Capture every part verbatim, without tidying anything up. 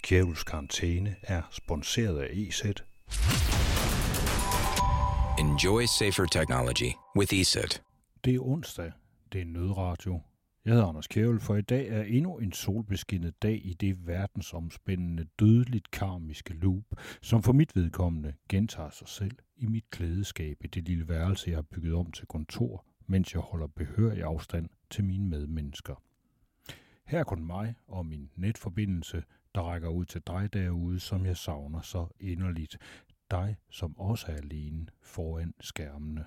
Kjævels Karantæne er sponsoreret af E Z. Enjoy safer technology with E Z. Det er onsdag. Det er nødradio. Jeg hedder Anders Kjævel, for i dag er endnu en solbeskinnet dag i det verdensomspændende, dødeligt karmiske loop, som for mit vedkommende gentager sig selv i mit klædeskab i det lille værelse, jeg har bygget om til kontor, mens jeg holder behørig afstand til mine medmennesker. Her er kun mig og min netforbindelse, der rækker ud til dig derude, som jeg savner så inderligt. Dig, som også er alene foran skærmene.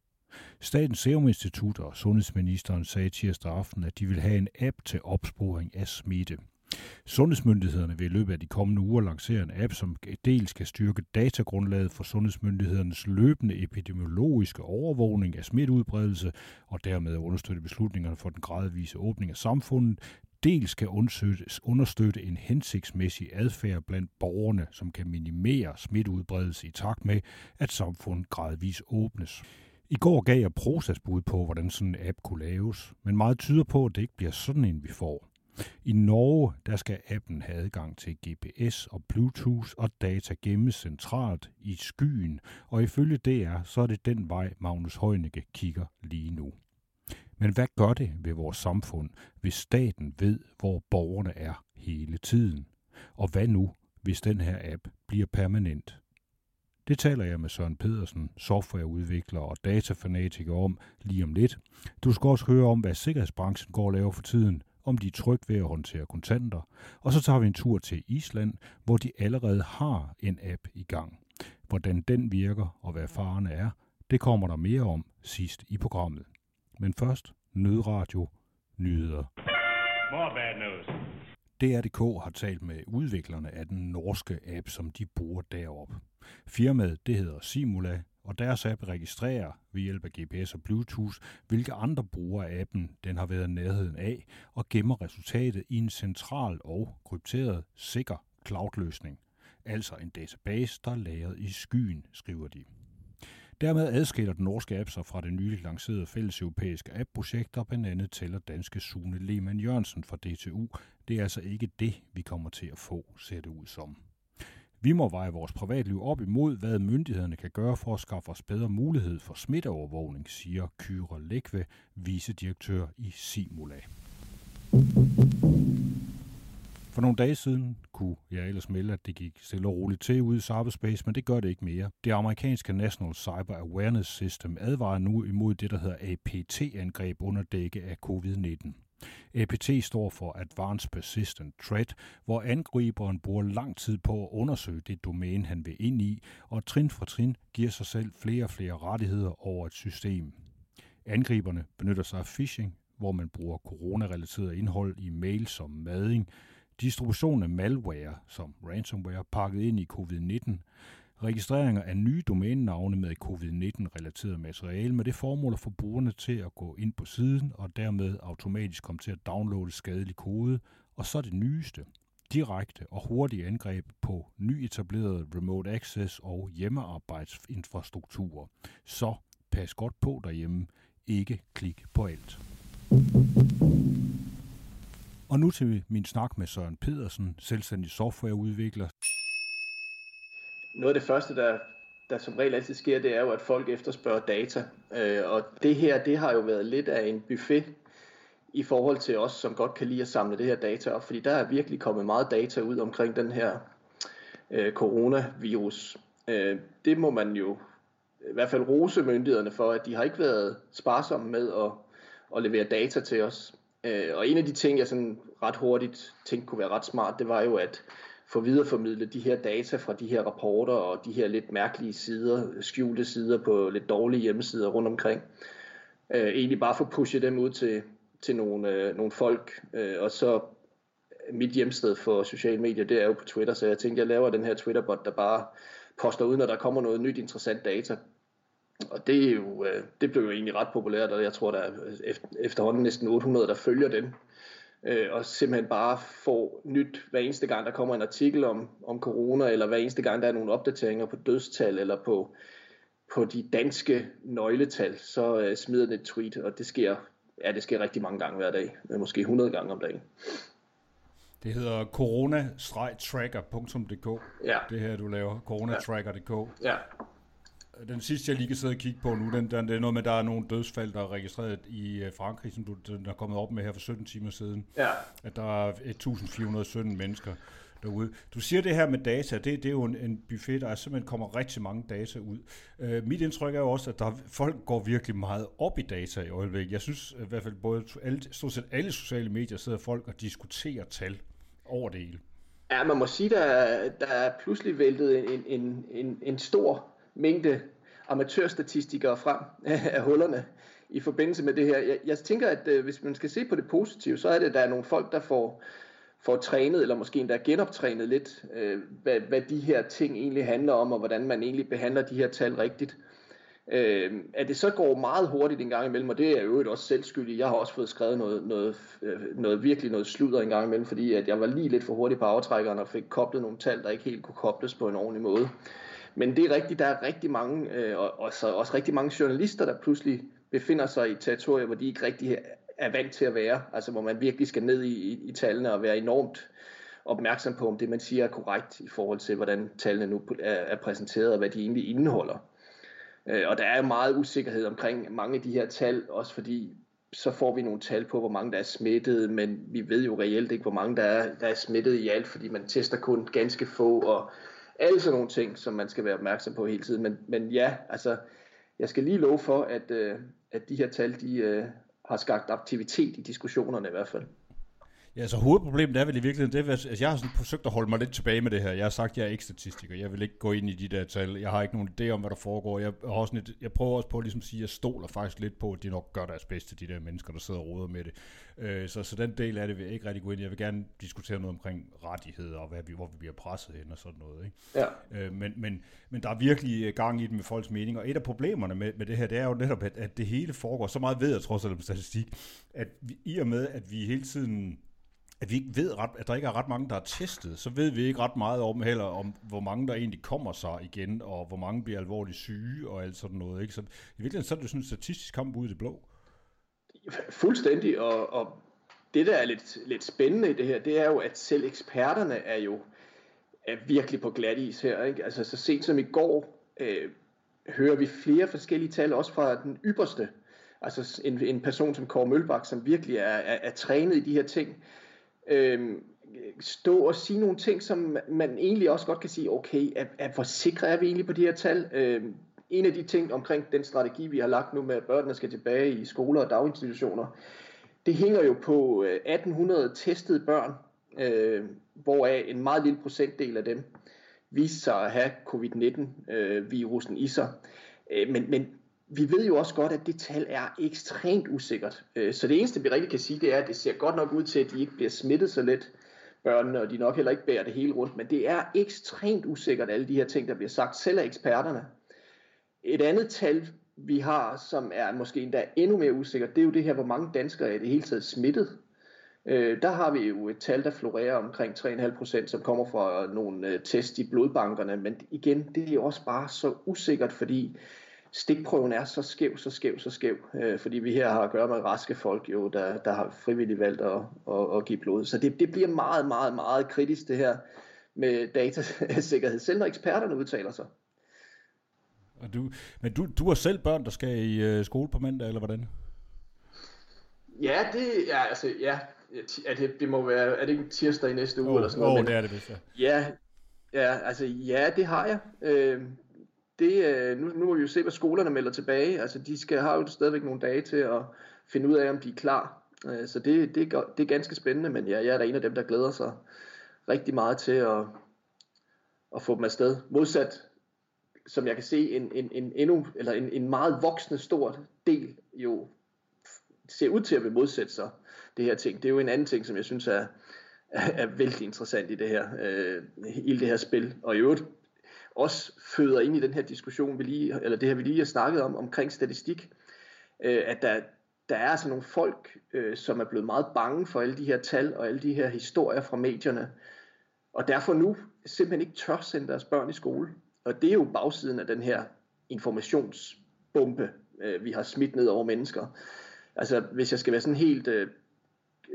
Statens Serum Institut og sundhedsministeren sagde tirsdag aften, at de vil have en app til opsporing af smitte. Sundhedsmyndighederne vil i løbet af de kommende uger lancere en app, som dels skal styrke datagrundlaget for sundhedsmyndighedernes løbende epidemiologiske overvågning af smitteudbredelse og dermed understøtte beslutningerne for den gradvise åbning af samfundet. Dels skal understøtte en hensigtsmæssig adfærd blandt borgerne, som kan minimere smitteudbredelse i takt med, at samfundet gradvist åbnes. I går gav jeg Prosas bud på, hvordan sådan en app kunne laves, men meget tyder på, at det ikke bliver sådan en, vi får. I Norge der skal appen have adgang til G P S og Bluetooth, og data gemmes centralt i skyen, og ifølge D R, så er det den vej, Magnus Heunicke kigger lige nu. Men hvad gør det ved vores samfund, hvis staten ved, hvor borgerne er hele tiden? Og hvad nu, hvis den her app bliver permanent? Det taler jeg med Søren Pedersen, softwareudvikler og datafanatiker om lige om lidt. Du skal også høre om, hvad sikkerhedsbranchen går og laver for tiden, om de er trygge ved at håndtere kontanter. Og så tager vi en tur til Island, hvor de allerede har en app i gang. Hvordan den virker og hvad farerne er, det kommer der mere om sidst i programmet. Men først nødradio nyheder. More bad news. D R punktum d k har talt med udviklerne af den norske app, som de bruger deroppe. Firmaet, det hedder Simula, og deres app registrerer ved hjælp af G P S og Bluetooth, hvilke andre brugere af appen den har været i nærheden af, og gemmer resultatet i en central og krypteret, sikker cloud-løsning. Altså en database, der er lagret i skyen, skriver de. Dermed adskiller den norske app sig fra det nyligt lancerede fælles europæiske app-projekt, der blandt andet tæller danske Sune Lehmann Jørgensen fra D T U. Det er altså ikke det, vi kommer til at få, ser det ud som. Vi må veje vores privatliv op imod, hvad myndighederne kan gøre for at skaffe os bedre mulighed for smitteovervågning, siger Kyra Lækve, vicedirektør i Simula. For nogle dage siden kunne jeg ellers melde, at det gik stille og roligt til ude i cyberspace, men det gør det ikke mere. Det amerikanske National Cyber Awareness System advarer nu imod det, der hedder A P T-angreb under dække af covid nitten. A P T står for Advanced Persistent Threat, hvor angriberen bruger lang tid på at undersøge det domæne, han vil ind i, og trin for trin giver sig selv flere og flere rettigheder over et system. Angriberne benytter sig af phishing, hvor man bruger coronarelateret indhold i mails som mading, distribution af malware som ransomware pakket ind i covid nitten, registreringer af nye domænenavne med covid nitten-relateret materiale med det formål at få brugerne til at gå ind på siden og dermed automatisk komme til at downloade skadelig kode, og så det nyeste, direkte og hurtige angreb på nyetableret remote access og hjemmearbejdsinfrastrukturer. Så pas godt på derhjemme, ikke klik på alt. Og nu til min snak med Søren Pedersen, selvstændig softwareudvikler. Noget af det første, der, der som regel altid sker, det er jo, at folk efterspørger data. Øh, og det her, det har jo været lidt af en buffet i forhold til os, som godt kan lide at samle det her data op. Fordi der er virkelig kommet meget data ud omkring den her øh, coronavirus. Øh, det må man jo i hvert fald rose myndighederne for, at de har ikke været sparsomme med at, at levere data til os. Øh, og en af de ting, jeg sådan ret hurtigt tænkte kunne være ret smart, det var jo at få videreformidlet de her data fra de her rapporter og de her lidt mærkelige sider, skjulte sider på lidt dårlige hjemmesider rundt omkring. Øh, egentlig bare få pushet dem ud til, til nogle, øh, nogle folk. Øh, og så mit hjemsted for sociale medier, det er jo på Twitter, så jeg tænkte, jeg laver den her Twitterbot, der bare poster ud, når der kommer noget nyt interessant data. Og det, er jo, øh, det blev jo egentlig ret populært, og jeg tror, der er efterhånden næsten otte hundrede, der følger den. Og simpelthen bare få nyt hver eneste gang, der kommer en artikel om, om corona, eller hver eneste gang, der er nogle opdateringer på dødstal, eller på, på de danske nøgletal, så uh, smider den et tweet, og det sker, ja, det sker rigtig mange gange hver dag, måske hundrede gange om dagen. Det hedder corona tracker punktum d k. Ja. Det her, du laver. coronatracker punktum d k. Ja. Den sidste, jeg lige kan sidde og kigge på nu, den, den, det er noget med, der er nogle dødsfald, der er registreret i Frankrig, som du den er kommet op med her for sytten timer siden. Ja. At der er et tusind fire hundrede og sytten mennesker derude. Du siger det her med data, det, det er jo en, en buffet, der er simpelthen kommer rigtig mange data ud. Uh, mit indtryk er jo også, at der, folk går virkelig meget op i data i øjeblikket. Jeg synes i hvert fald, både alle, stort set alle sociale medier sidder folk og diskuterer tal over det hele. Ja, man må sige, der, der er pludselig væltet en, en, en, en stor mængde amatørstatistikere frem af hullerne i forbindelse med det her. Jeg, jeg tænker, at øh, hvis man skal se på det positive, så er det, at der er nogle folk, der får, får trænet, eller måske endda genoptrænet lidt, øh, hvad, hvad de her ting egentlig handler om, og hvordan man egentlig behandler de her tal rigtigt. Øh, at det så går meget hurtigt en gang imellem, og det er jo øvrigt også selvskyldig. Jeg har også fået skrevet noget, noget, noget virkelig noget sludder en gang imellem, fordi at jeg var lige lidt for hurtig på aftrækkeren og fik koblet nogle tal, der ikke helt kunne kobles på en ordentlig måde. Men det er rigtigt, der er rigtig mange, øh, og også, også rigtig mange journalister, der pludselig befinder sig i territorier, hvor de ikke rigtig er vant til at være. Altså hvor man virkelig skal ned i, i, i tallene og være enormt opmærksom på, om det man siger er korrekt i forhold til, hvordan tallene nu er, er præsenteret og hvad de egentlig indeholder. Øh, og der er meget usikkerhed omkring mange af de her tal, også fordi så får vi nogle tal på, hvor mange der er smittet, men vi ved jo reelt ikke, hvor mange der er, der er smittet i alt, fordi man tester kun ganske få, og alle sådan nogle ting, som man skal være opmærksom på hele tiden. Men, men ja, altså, jeg skal lige love for, at, øh, at de her tal, de øh, har skabt aktivitet i diskussionerne i hvert fald. Ja, så hovedproblemet er vel i virkeligheden, det er, at altså, jeg har sådan forsøgt at holde mig lidt tilbage med det her. Jeg har sagt, at jeg er ikke statistiker. Jeg vil ikke gå ind i de der tal. Jeg har ikke nogen idé om, hvad der foregår. Jeg, har også et, jeg prøver også på at ligesom sige, at jeg stoler faktisk lidt på, at de nok gør deres bedste, de der mennesker, der sidder og roder med det. Øh, så, så den del af det vil jeg ikke rigtig gå ind i. Jeg vil gerne diskutere noget omkring rettigheder, og hvad vi, hvor vi bliver presset hen og sådan noget. Ikke? Ja. Øh, men, men, men der er virkelig gang i det med folks mening. Og et af problemerne med, med det her, det er jo netop, at, at det hele foregår. Så meget ved jeg trods alt om statistik, at vi, i og med, at vi hele tiden... at vi ikke ved ret, at der ikke er ret mange, der er testet, så ved vi ikke ret meget om heller, om hvor mange der egentlig kommer sig igen, og hvor mange bliver alvorligt syge, og alt sådan noget. Ikke? Så i virkeligheden så er det sådan en statistisk kamp ude i det blå. Fuldstændig, og, og det, der er lidt, lidt spændende i det her, det er jo, at selv eksperterne er jo er virkelig på glat is her. Ikke? Altså så sent som i går, øh, hører vi flere forskellige tal, også fra den ypperste. Altså en, en person som Kåre Mølbak, som virkelig er, er, er trænet i de her ting, Øh, stå og sige nogle ting, som man egentlig også godt kan sige, okay, er, er, hvor sikre er vi egentlig på de her tal? Øh, en af de ting omkring den strategi, vi har lagt nu med, at børnene skal tilbage i skoler og daginstitutioner, det hænger jo på atten hundrede testede børn, øh, hvoraf en meget lille procentdel af dem viste sig at have covid nitten virusen i sig. Øh, men, men vi ved jo også godt, at det tal er ekstremt usikkert. Så det eneste, vi rigtig kan sige, det er, at det ser godt nok ud til, at de ikke bliver smittet så let, børnene, og de nok heller ikke bærer det hele rundt. Men det er ekstremt usikkert, alle de her ting, der bliver sagt, selv af eksperterne. Et andet tal, vi har, som er måske endda endnu mere usikkert, det er jo det her, hvor mange danskere er i det hele taget smittet. Der har vi jo et tal, der florerer omkring tre komma fem procent, som kommer fra nogle test i blodbankerne. Men igen, det er jo også bare så usikkert, fordi stikprøven er så skæv, så skæv, så skæv, øh, fordi vi her har at gøre med raske folk, jo, der, der har frivilligt valgt at, at, at give blod. Så det, det bliver meget, meget, meget kritisk, det her med datasikkerhed, selv når eksperterne udtaler sig. Og du, men du, du har selv børn, der skal i øh, skole på mandag, eller hvordan? Ja, det ja, altså, ja, er det, det må være, er det ikke tirsdag i næste uge, oh, eller sådan noget? Åh, oh, det er det vist, ja. Ja, ja, altså, ja, det har jeg. Øh, Det, nu, nu må vi jo se, hvad skolerne melder tilbage. Altså, de skal have jo stadigvæk nogle dage til at finde ud af, om de er klar. Så det, det, det er ganske spændende, men ja, jeg er da en af dem, der glæder sig rigtig meget til at, at få dem afsted. Modsat, som jeg kan se, en, en, en, endnu, eller en, en meget voksende stor del jo ser ud til at vil modsætte sig det her ting. Det er jo en anden ting, som jeg synes er, er, er vældig interessant i det her, øh, i det her spil. Og i øvrigt også føder ind i den her diskussion, vi lige, eller det her vi lige har snakket om, omkring statistik, øh, at der, der er altså nogle folk, øh, som er blevet meget bange for alle de her tal og alle de her historier fra medierne, og derfor nu simpelthen ikke tør sende deres børn i skole. Og det er jo bagsiden af den her informationsbombe, øh, vi har smidt ned over mennesker. Altså hvis jeg skal være sådan helt øh,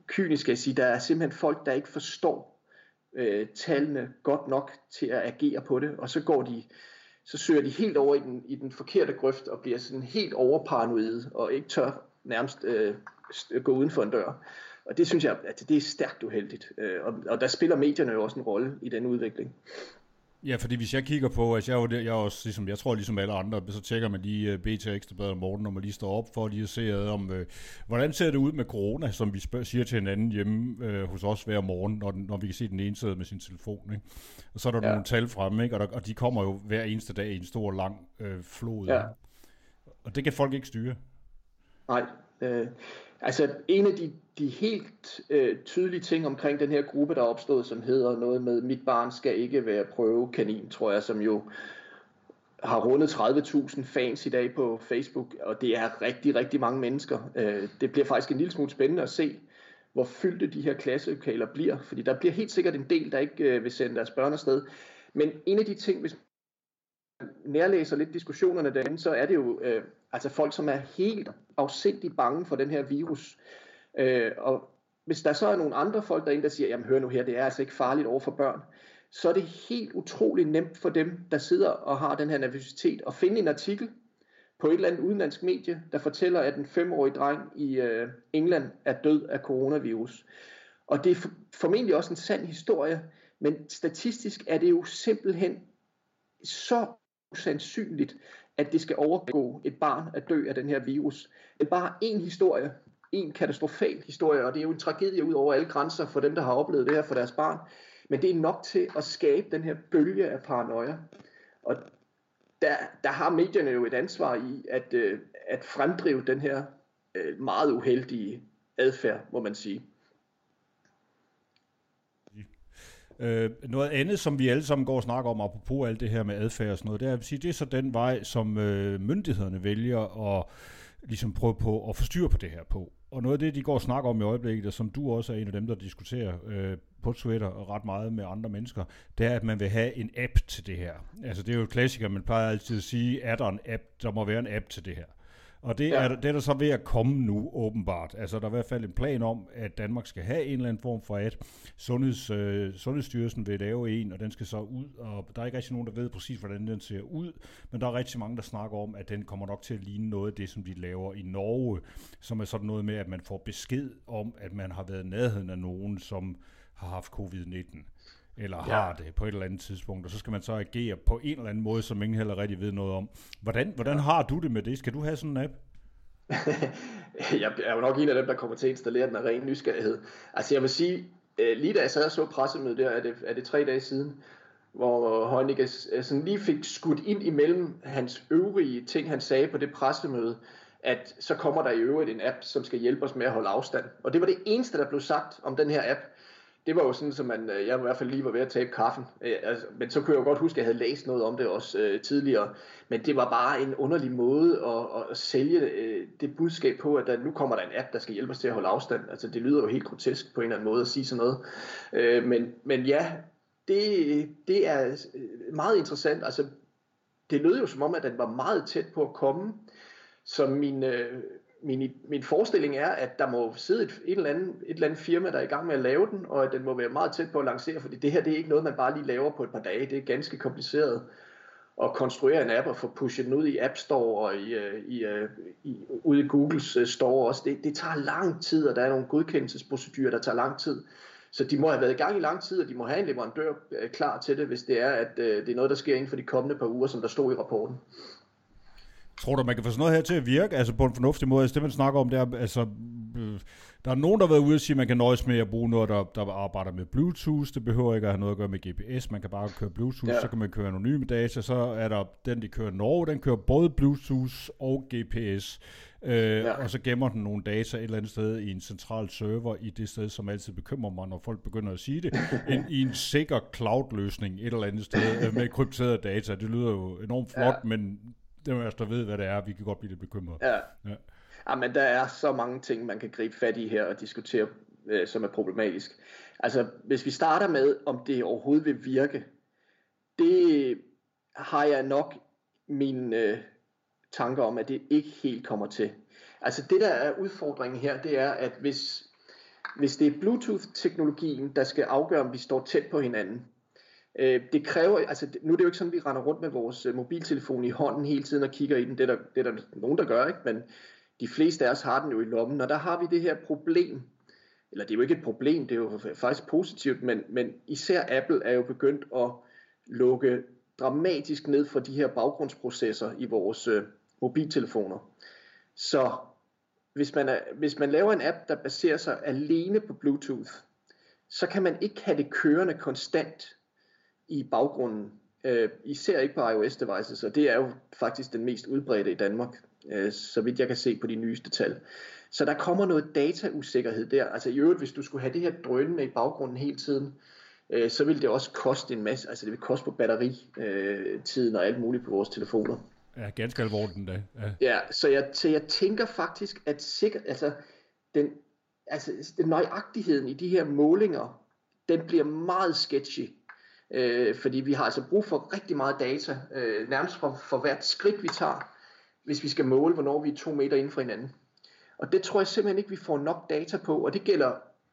kynisk at sige, der er simpelthen folk, der ikke forstår øh, tallene godt nok til at agere på det, og så går de, så søger de helt over i den, i den forkerte grøft, og bliver sådan helt overparanoide, og ikke tør nærmest øh, gå uden for en dør. Og det synes jeg, at det er stærkt uheldigt, øh, og, og der spiller medierne jo også en rolle i den udvikling. Ja, fordi hvis jeg kigger på, altså jeg er jo, jeg er også, ligesom, jeg tror ligesom alle andre, så tjekker man lige B T Ekstra Bladet om morgenen, når man lige står op for lige at se om, øh, hvordan ser det ud med corona, som vi spørger, siger til hinanden hjemme øh, hos os hver morgen, når, når vi kan se den ene sidder med sin telefon, ikke? Og så er der ja. nogle tal fremme, ikke? Og, der, og de kommer jo hver eneste dag i en stor, lang øh, flod. Ja. Og det kan folk ikke styre. Nej, øh, altså en af de, de helt øh, tydelige ting omkring den her gruppe, der er opstået, som hedder noget med, mit barn skal ikke være prøvekanin, tror jeg, som jo har rundet tredive tusind fans i dag på Facebook, og det er rigtig, rigtig mange mennesker. Øh, det bliver faktisk en lille smule spændende at se, hvor fyldte de her klasselokaler bliver, fordi der bliver helt sikkert en del, der ikke øh, vil sende deres børn afsted. Men en af de ting, hvis man nærlæser lidt diskussionerne derinde, så er det jo øh, altså folk, som er helt afsindigt bange for den her virus. Øh, og hvis der så er nogle andre folk derinde, der siger, jamen hør nu her, det er altså ikke farligt over for børn, så er det helt utroligt nemt for dem, der sidder og har den her nervøsitet, at finde en artikel på et eller andet udenlandsk medie, der fortæller, at en femårig dreng i øh, England er død af coronavirus. Og det er for, formentlig også en sand historie, men statistisk er det jo simpelthen så usandsynligt, at det skal overgå et barn at dø af den her virus. Det er bare én historie, en katastrofal historie, og det er jo en tragedie ud over alle grænser for dem, der har oplevet det her for deres barn. Men det er nok til at skabe den her bølge af paranoia. Og der, der har medierne jo et ansvar i at, øh, at fremdrive den her øh, meget uheldige adfærd, må man sige. Øh, noget andet, som vi alle sammen går og snakker om, apropos alt det her med adfærd og sådan noget, det er, at sige, det er så den vej, som øh, myndighederne vælger at ligesom prøve på at få styr på det her på. Og noget af det, de går og snakker om i øjeblikket, og som du også er en af dem, der diskuterer øh, på Twitter og ret meget med andre mennesker, det er, at man vil have en app til det her. Altså det er jo et klassiker, man plejer altid at sige, er der en app, der må være en app til det her. Og det, ja. er, det er der så ved at komme nu, åbenbart. Altså, der er i hvert fald en plan om, at Danmark skal have en eller anden form for at Sundheds, øh, Sundhedsstyrelsen vil lave en, og den skal så ud, og der er ikke rigtig nogen, der ved præcis, hvordan den ser ud, men der er rigtig mange, der snakker om, at den kommer nok til at ligne noget af det, som de laver i Norge, som er sådan noget med, at man får besked om, at man har været i nærheden af nogen, som har haft covid nitten. Eller har ja. det på et eller andet tidspunkt, og så skal man så agere på en eller anden måde, som ingen heller rigtig ved noget om. Hvordan, hvordan har du det med det? Skal du have sådan en app? Jeg er jo nok en af dem, der kommer til at installere den af ren nysgerrighed. Altså jeg vil sige, lige da jeg sad og så pressemødet der, er det, er det tre dage siden, hvor Heunicke sådan lige fik skudt ind imellem hans øvrige ting, han sagde på det pressemøde, at så kommer der i øvrigt en app, som skal hjælpe os med at holde afstand. Og det var det eneste, der blev sagt om den her app. Det var jo sådan, som man, jeg i hvert fald lige var ved at tabe kaffen. Altså, men så kunne jeg jo godt huske, at jeg havde læst noget om det også øh, tidligere. Men det var bare en underlig måde at, at sælge øh, det budskab på, at der, nu kommer der en app, der skal hjælpe os til at holde afstand. Altså det lyder jo helt grotesk på en eller anden måde at sige sådan noget. Øh, men, men ja, det, det er meget interessant. Altså det lød jo som om, at den var meget tæt på at komme. Så min... Øh, Min, min forestilling er, at der må sidde et, et, eller andet, et eller andet firma, der er i gang med at lave den, og at den må være meget tæt på at lancere, fordi det her det er ikke noget, man bare lige laver på et par dage. Det er ganske kompliceret at konstruere en app og få pushet den ud i App Store og i, i, i, ude i Googles Store også. Det, det tager lang tid, og der er nogle godkendelsesprocedurer, der tager lang tid. Så de må have været i gang i lang tid, og de må have en leverandør klar til det, hvis det er, at det er noget, der sker inden for de kommende par uger, som der stod i rapporten. Tror du, man kan få sådan noget her til at virke, altså på en fornuftig måde? Altså det, man snakker om, det er, altså, øh, der er nogen, der har været ude og sige, at man kan nøjes med at bruge noget, der, der arbejder med Bluetooth. Det behøver ikke at have noget at gøre med G P S. Man kan bare køre Bluetooth, ja. Så kan man køre anonyme data. Så er der den, de kører Norge, den kører både Bluetooth og G P S. Øh, ja. Og så gemmer den nogle data et eller andet sted i en central server i det sted, som altid bekymrer mig, når folk begynder at sige det. En, I en sikker cloud-løsning et eller andet sted med krypterede data. Det lyder jo enormt flot, ja. Men... det er jo der ved, hvad det er. Vi kan godt blive lidt bekymret. Ja. Ja. Ja, men der er så mange ting, man kan gribe fat i her og diskutere, øh, som er problematisk. Altså, hvis vi starter med, om det overhovedet vil virke, det har jeg nok mine øh, tanker om, at det ikke helt kommer til. Altså, det der er udfordringen her, det er, at hvis, hvis det er Bluetooth-teknologien, der skal afgøre, om vi står tæt på hinanden. Øh, det kræver, altså nu er det jo ikke sådan, at vi render rundt med vores mobiltelefon i hånden hele tiden og kigger i den. Det er der, det er der nogen, der gør, ikke? Men de fleste af os har den jo i lommen, og der har vi det her problem. Eller det er jo ikke et problem, det er jo faktisk positivt, men, men især Apple er jo begyndt at lukke dramatisk ned for de her baggrundsprocesser i vores øh, mobiltelefoner. Så hvis man, er, hvis man laver en app, der baserer sig alene på Bluetooth, så kan man ikke have det kørende konstant i baggrunden. Øh, især ikke på iOS-devices, og det er jo faktisk den mest udbredte i Danmark, øh, så vidt jeg kan se på de nyeste tal. Så der kommer noget datausikkerhed der. Altså i øvrigt, hvis du skulle have det her drønende i baggrunden hele tiden, øh, så vil det også koste en masse, altså det vil koste på batteritiden og alt muligt på vores telefoner. Ja, ganske alvorligt da. Ja, ja så, jeg, så jeg tænker faktisk, at sikkert, altså, den, altså den nøjagtigheden i de her målinger, den bliver meget sketchy. Øh, fordi vi har altså brug for rigtig meget data, øh, nærmest for, for hvert skridt vi tager, hvis vi skal måle, hvornår vi er to meter inden for hinanden. Og det tror jeg simpelthen ikke, vi får nok data på, og det gælder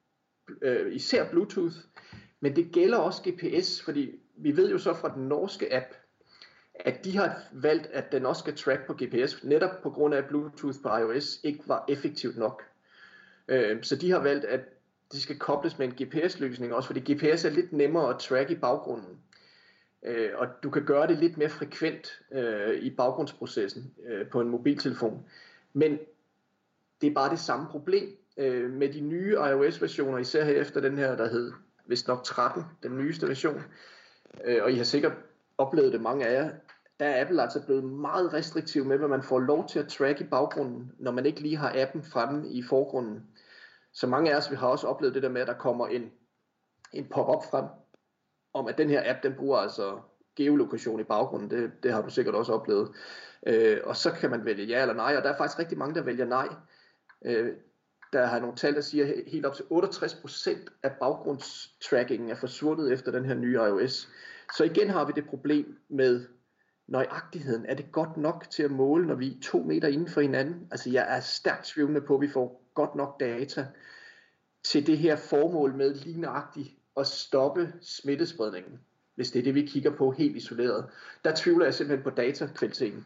øh, især Bluetooth, men det gælder også G P S, fordi vi ved jo så fra den norske app, at de har valgt, at den også skal track på G P S, netop på grund af, at Bluetooth på iOS ikke var effektivt nok. Øh, så de har valgt, at de skal kobles med en G P S-løsning også, fordi G P S er lidt nemmere at track i baggrunden. Øh, og du kan gøre det lidt mere frekvent øh, i baggrundsprocessen øh, på en mobiltelefon. Men det er bare det samme problem øh, med de nye iOS-versioner, især her efter den her, der hed vist nok tretten, den nyeste version. Øh, og I har sikkert oplevet det, mange af jer. Der er Apple altså blevet meget restriktiv med, hvad man får lov til at track i baggrunden, når man ikke lige har appen fremme i forgrunden. Så mange af os vi har også oplevet det der med, at der kommer en, en pop-up frem, om at den her app, den bruger altså geolokation i baggrunden. Det, det har du sikkert også oplevet. Øh, og så kan man vælge ja eller nej, og der er faktisk rigtig mange, der vælger nej. Øh, der har nogle tal, der siger, at helt op til otteogtres procent af baggrundstrackingen er forsvundet efter den her nye iOS. Så igen har vi det problem med nøjagtigheden. Er det godt nok til at måle, når vi er to meter inden for hinanden? Altså jeg er stærkt tvivlende på, at vi får godt nok data til det her formål med lige nøjagtigt at stoppe smittespredningen, hvis det er det, vi kigger på helt isoleret. Der tvivler jeg simpelthen på datakvaliteten.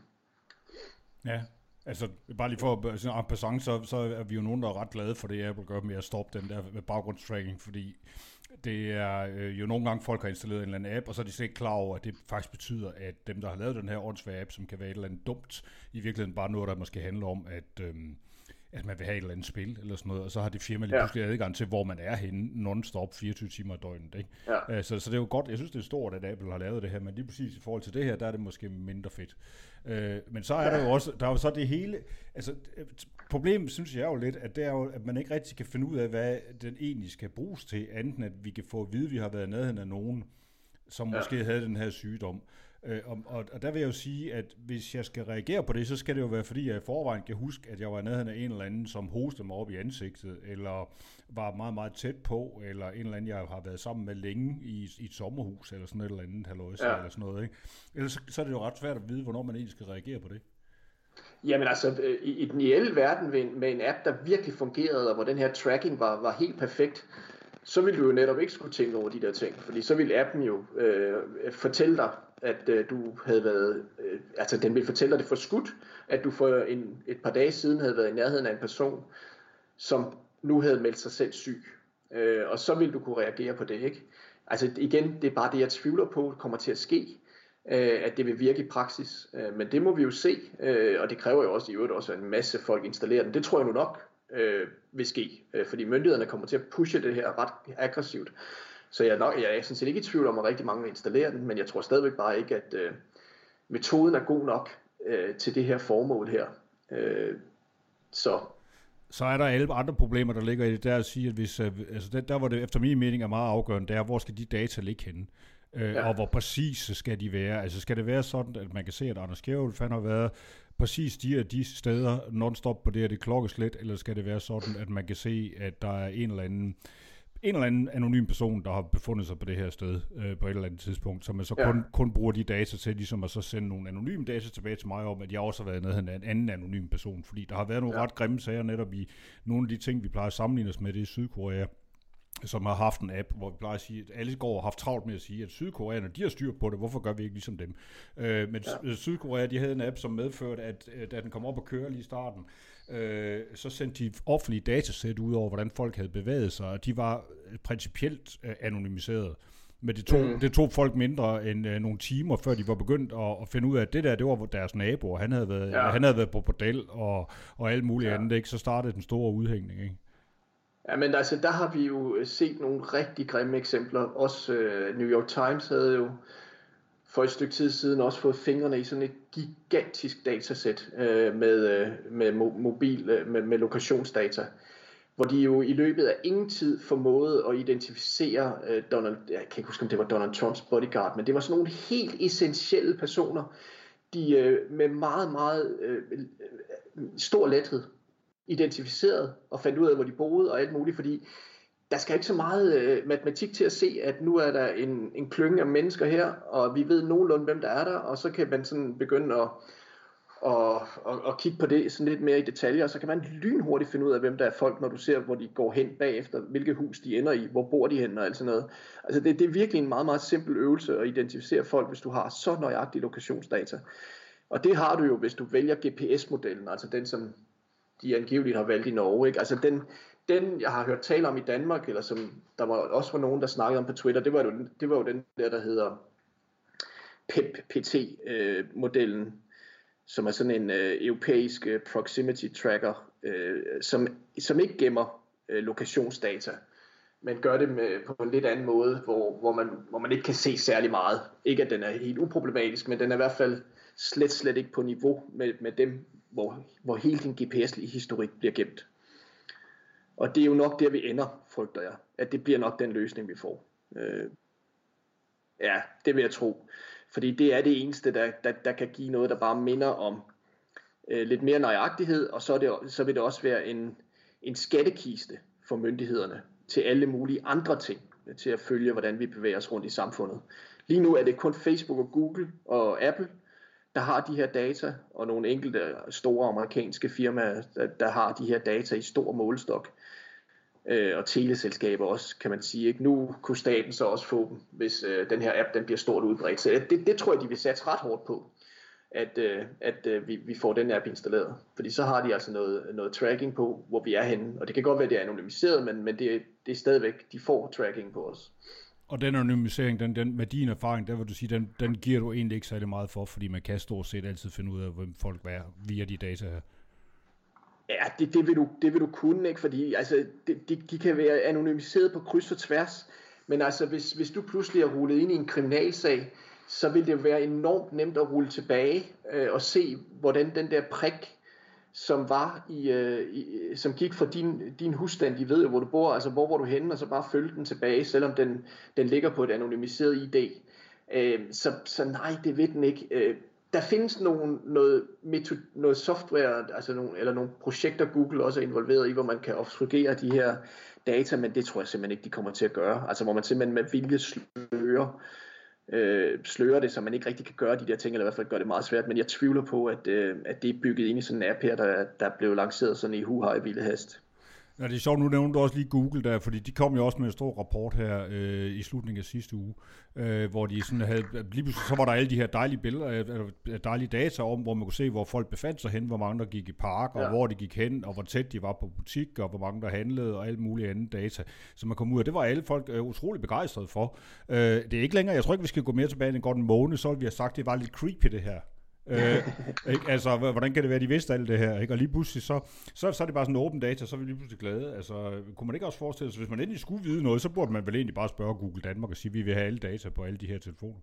Ja, altså bare lige for sådan en passant, så, så er vi jo nogen, der er ret glade for det, Apple gør med at stoppe den der baggrundstracking, fordi det er øh, jo nogle gange folk har installeret en eller anden app, og så er de slet ikke klar over, at det faktisk betyder, at dem, der har lavet den her åndssvage app, som kan være et eller andet dumt, i virkeligheden bare noget, der måske handler om, at, øh, at man vil have et eller andet spil, eller sådan noget, og så har det firma lige pludselig adgang til, hvor man er henne, non-stop fireogtyve timer i døgnet, ikke? Ja. Så, så det er jo godt, jeg synes, det er stort, at Apple har lavet det her, men lige præcis i forhold til det her, der er det måske mindre fedt. Øh, men så er der jo også, der er jo så det hele, altså problemet synes jeg jo lidt, at det er jo, at man ikke rigtig kan finde ud af, hvad den egentlig skal bruges til, anden at vi kan få at vide, at vi har været nærheden af nogen, som ja. måske havde den her sygdom. Øh, og, og, og der vil jeg jo sige, at hvis jeg skal reagere på det, så skal det jo være, fordi jeg i forvejen kan huske, at jeg var nærheden af en eller anden, som hostede mig op i ansigtet, eller var meget, meget tæt på, eller en eller anden, jeg har været sammen med længe i, i et sommerhus, eller sådan et eller andet halløjse, ja. eller sådan noget, ikke? Ellers så, så er det jo ret svært at vide, hvornår man egentlig skal reagere på det. Jamen altså, i, i den reelle verden med en, med en app, der virkelig fungerede, og hvor den her tracking var, var helt perfekt, så ville du jo netop ikke skulle tænke over de der ting, fordi så ville appen jo øh, fortælle dig, at øh, du havde været, øh, altså den ville fortælle dig det for skudt, at du for en, et par dage siden havde været i nærheden af en person, som nu havde meldt sig selv syg, øh, og så ville du kunne reagere på det, ikke? Altså igen, det er bare det, jeg tvivler på, kommer til at ske, øh, at det vil virke i praksis, øh, men det må vi jo se, øh, og det kræver jo også i øvrigt også, at en masse folk installerer den, det tror jeg nu nok øh, vil ske, øh, fordi myndighederne kommer til at pushe det her ret aggressivt. Så jeg er, nok, jeg er sådan set ikke i tvivl om, at rigtig mange vil installere den, men jeg tror stadigvæk bare ikke, at øh, metoden er god nok øh, til det her formål her. Øh, så. Så er der alle andre problemer, der ligger i det, der at sige, at hvis, øh, altså der, der hvor det efter min mening er meget afgørende, det er, hvor skal de data ligge henne? Øh, ja. Og hvor præcis skal de være? Altså skal det være sådan, at man kan se, at Anders Kjærulf har været præcis de og de steder non-stop på det her det klokkeslæt, eller skal det være sådan, at man kan se, at der er en eller anden en eller anden anonym person, der har befundet sig på det her sted øh, på et eller andet tidspunkt, som så ja. kun, kun bruger de data til ligesom at så sende nogle anonyme data tilbage til mig om, at jeg også har været nede af en anden anonym person, fordi der har været nogle ja. ret grimme sager netop i nogle af de ting, vi plejer at sammenligne os med, det i Sydkorea, som har haft en app, hvor vi plejer at sige, at alle går og har haft travlt med at sige, at sydkoreanerne, de har styr på det, hvorfor gør vi ikke ligesom dem? Øh, men ja. Sydkorea, de havde en app, som medførte, at da den kom op og køre lige i starten, øh, så sendte de offentlige datasæt ud over, hvordan folk havde bevæget sig, og de var principielt øh, anonymiseret. Men det tog, mm. det tog folk mindre end øh, nogle timer, før de var begyndt at, at finde ud af, at det der, det var deres nabo, og han havde været, ja. han havde været på bordel og, og alt muligt ja. andet, ikke? Så startede den store udhængning, ikke? Ja, men altså, der har vi jo set nogle rigtig grimme eksempler. Også uh, New York Times havde jo for et stykke tid siden også fået fingrene i sådan et gigantisk datasæt uh, med, uh, med mo- mobil, uh, med, med lokationsdata, hvor de jo i løbet af ingen tid formåede at identificere uh, Donald, jeg kan ikke huske, om det var Donald Trumps bodyguard, men det var sådan nogle helt essentielle personer, de uh, med meget, meget uh, stor lethed identificeret og fandt ud af, hvor de boede og alt muligt, fordi der skal ikke så meget øh, matematik til at se, at nu er der en, en klynge af mennesker her, og vi ved nogenlunde, hvem der er der, og så kan man sådan begynde at, at, at, at kigge på det sådan lidt mere i detaljer, og så kan man lynhurtigt finde ud af, hvem der er folk, når du ser, hvor de går hen bagefter, hvilket hus de ender i, hvor bor de hen og alt sådan noget. Altså det, det er virkelig en meget, meget simpel øvelse at identificere folk, hvis du har så nøjagtige lokationsdata. Og det har du jo, hvis du vælger G P S-modellen, altså den, som de angiveligt har valgt i Norge, ikke? Altså den, den, jeg har hørt tale om i Danmark, eller som der var også var nogen, der snakkede om på Twitter, det var jo, det var jo den der, der hedder P E P T-modellen, som er sådan en øh, europæisk øh, proximity tracker, øh, som, som ikke gemmer øh, lokationsdata, men gør det med, på en lidt anden måde, hvor, hvor, man, hvor man ikke kan se særlig meget. Ikke at den er helt uproblematisk, men den er i hvert fald slet, slet ikke på niveau med, med dem, hvor, hvor hele din G P S-historik bliver gemt. Og det er jo nok der, vi ender, frygter jeg. At det bliver nok den løsning, vi får. Øh, ja, det vil jeg tro. Fordi det er det eneste, der, der, der kan give noget, der bare minder om øh, lidt mere nøjagtighed, og så, er det, så vil det også være en, en skattekiste for myndighederne til alle mulige andre ting, til at følge, hvordan vi bevæger os rundt i samfundet. Lige nu er det kun Facebook og Google og Apple, der har de her data, og nogle enkelte store amerikanske firmaer, der, der har de her data i stor målestok. Øh, og teleselskaber også, kan man sige. Ikke? Nu kunne staten så også få dem, hvis øh, den her app den bliver stort udbredt. Så det, det tror jeg, de vil satse ret hårdt på, at, øh, at øh, vi, vi får den app installeret. Fordi så har de altså noget, noget tracking på, hvor vi er henne. Og det kan godt være, at det er anonymiseret, men, men det, det er stadigvæk, de får tracking på os. Og den anonymisering, den, den, med din erfaring, der vil du sige, den, den giver du egentlig ikke særlig meget for, fordi man kan stort set altid finde ud af, hvem folk er via de data her. Ja, det, det, vil du, det vil du kunne, ikke? Fordi altså, det, de, de kan være anonymiseret på kryds og tværs, men altså, hvis, hvis du pludselig er rullet ind i en kriminalsag, så vil det være enormt nemt at rulle tilbage øh, og se, hvordan den der prik, som var i, øh, i som gik fra din, din husstand, de ved jo, hvor du bor, altså hvor var du henne, og så bare følge den tilbage, selvom den, den ligger på et anonymiseret I D. Øh, så, så nej, det ved den ikke. Øh, Der findes nogle, noget, metod, noget software, altså nogle, eller nogle projekter, Google også er involveret i, hvor man kan obfuscere de her data, men det tror jeg simpelthen ikke, de kommer til at gøre. Altså hvor man simpelthen med vilje slører, øh, slører det, så man ikke rigtig kan gøre de der ting, eller i hvert fald gør det meget svært. Men jeg tvivler på, at, øh, at det er bygget ind i sådan en app her, der, der blev lanceret sådan i hu-hej vilde hast. Ja, det er sjovt, nu nævnte du også lige Google der, fordi de kom jo også med en stor rapport her øh, i slutningen af sidste uge, øh, hvor de sådan havde, lige pludselig så var der alle de her dejlige billeder, øh, dejlige data om, hvor man kunne se, hvor folk befandt sig hen, hvor mange der gik i park, og ja. hvor de gik hen, og hvor tæt de var på butik, og hvor mange der handlede, og alt muligt andet data, som man kom ud af. Det var alle folk øh, utrolig begejstrede for. Øh, det er ikke længere, jeg tror ikke, vi skal gå mere tilbage end godt en måned, så ville vi have sagt, det var lidt creepy det her. øh, ikke? Altså, hvordan kan det være, de vidste alt det her, ikke? Og lige pludselig, så, så, så er det bare sådan åben data, så er vi lige pludselig glade. Altså, kunne man ikke også forestille sig, hvis man endelig skulle vide noget, så burde man vel egentlig bare spørge Google Danmark og sige, vi vil have alle data på alle de her telefoner.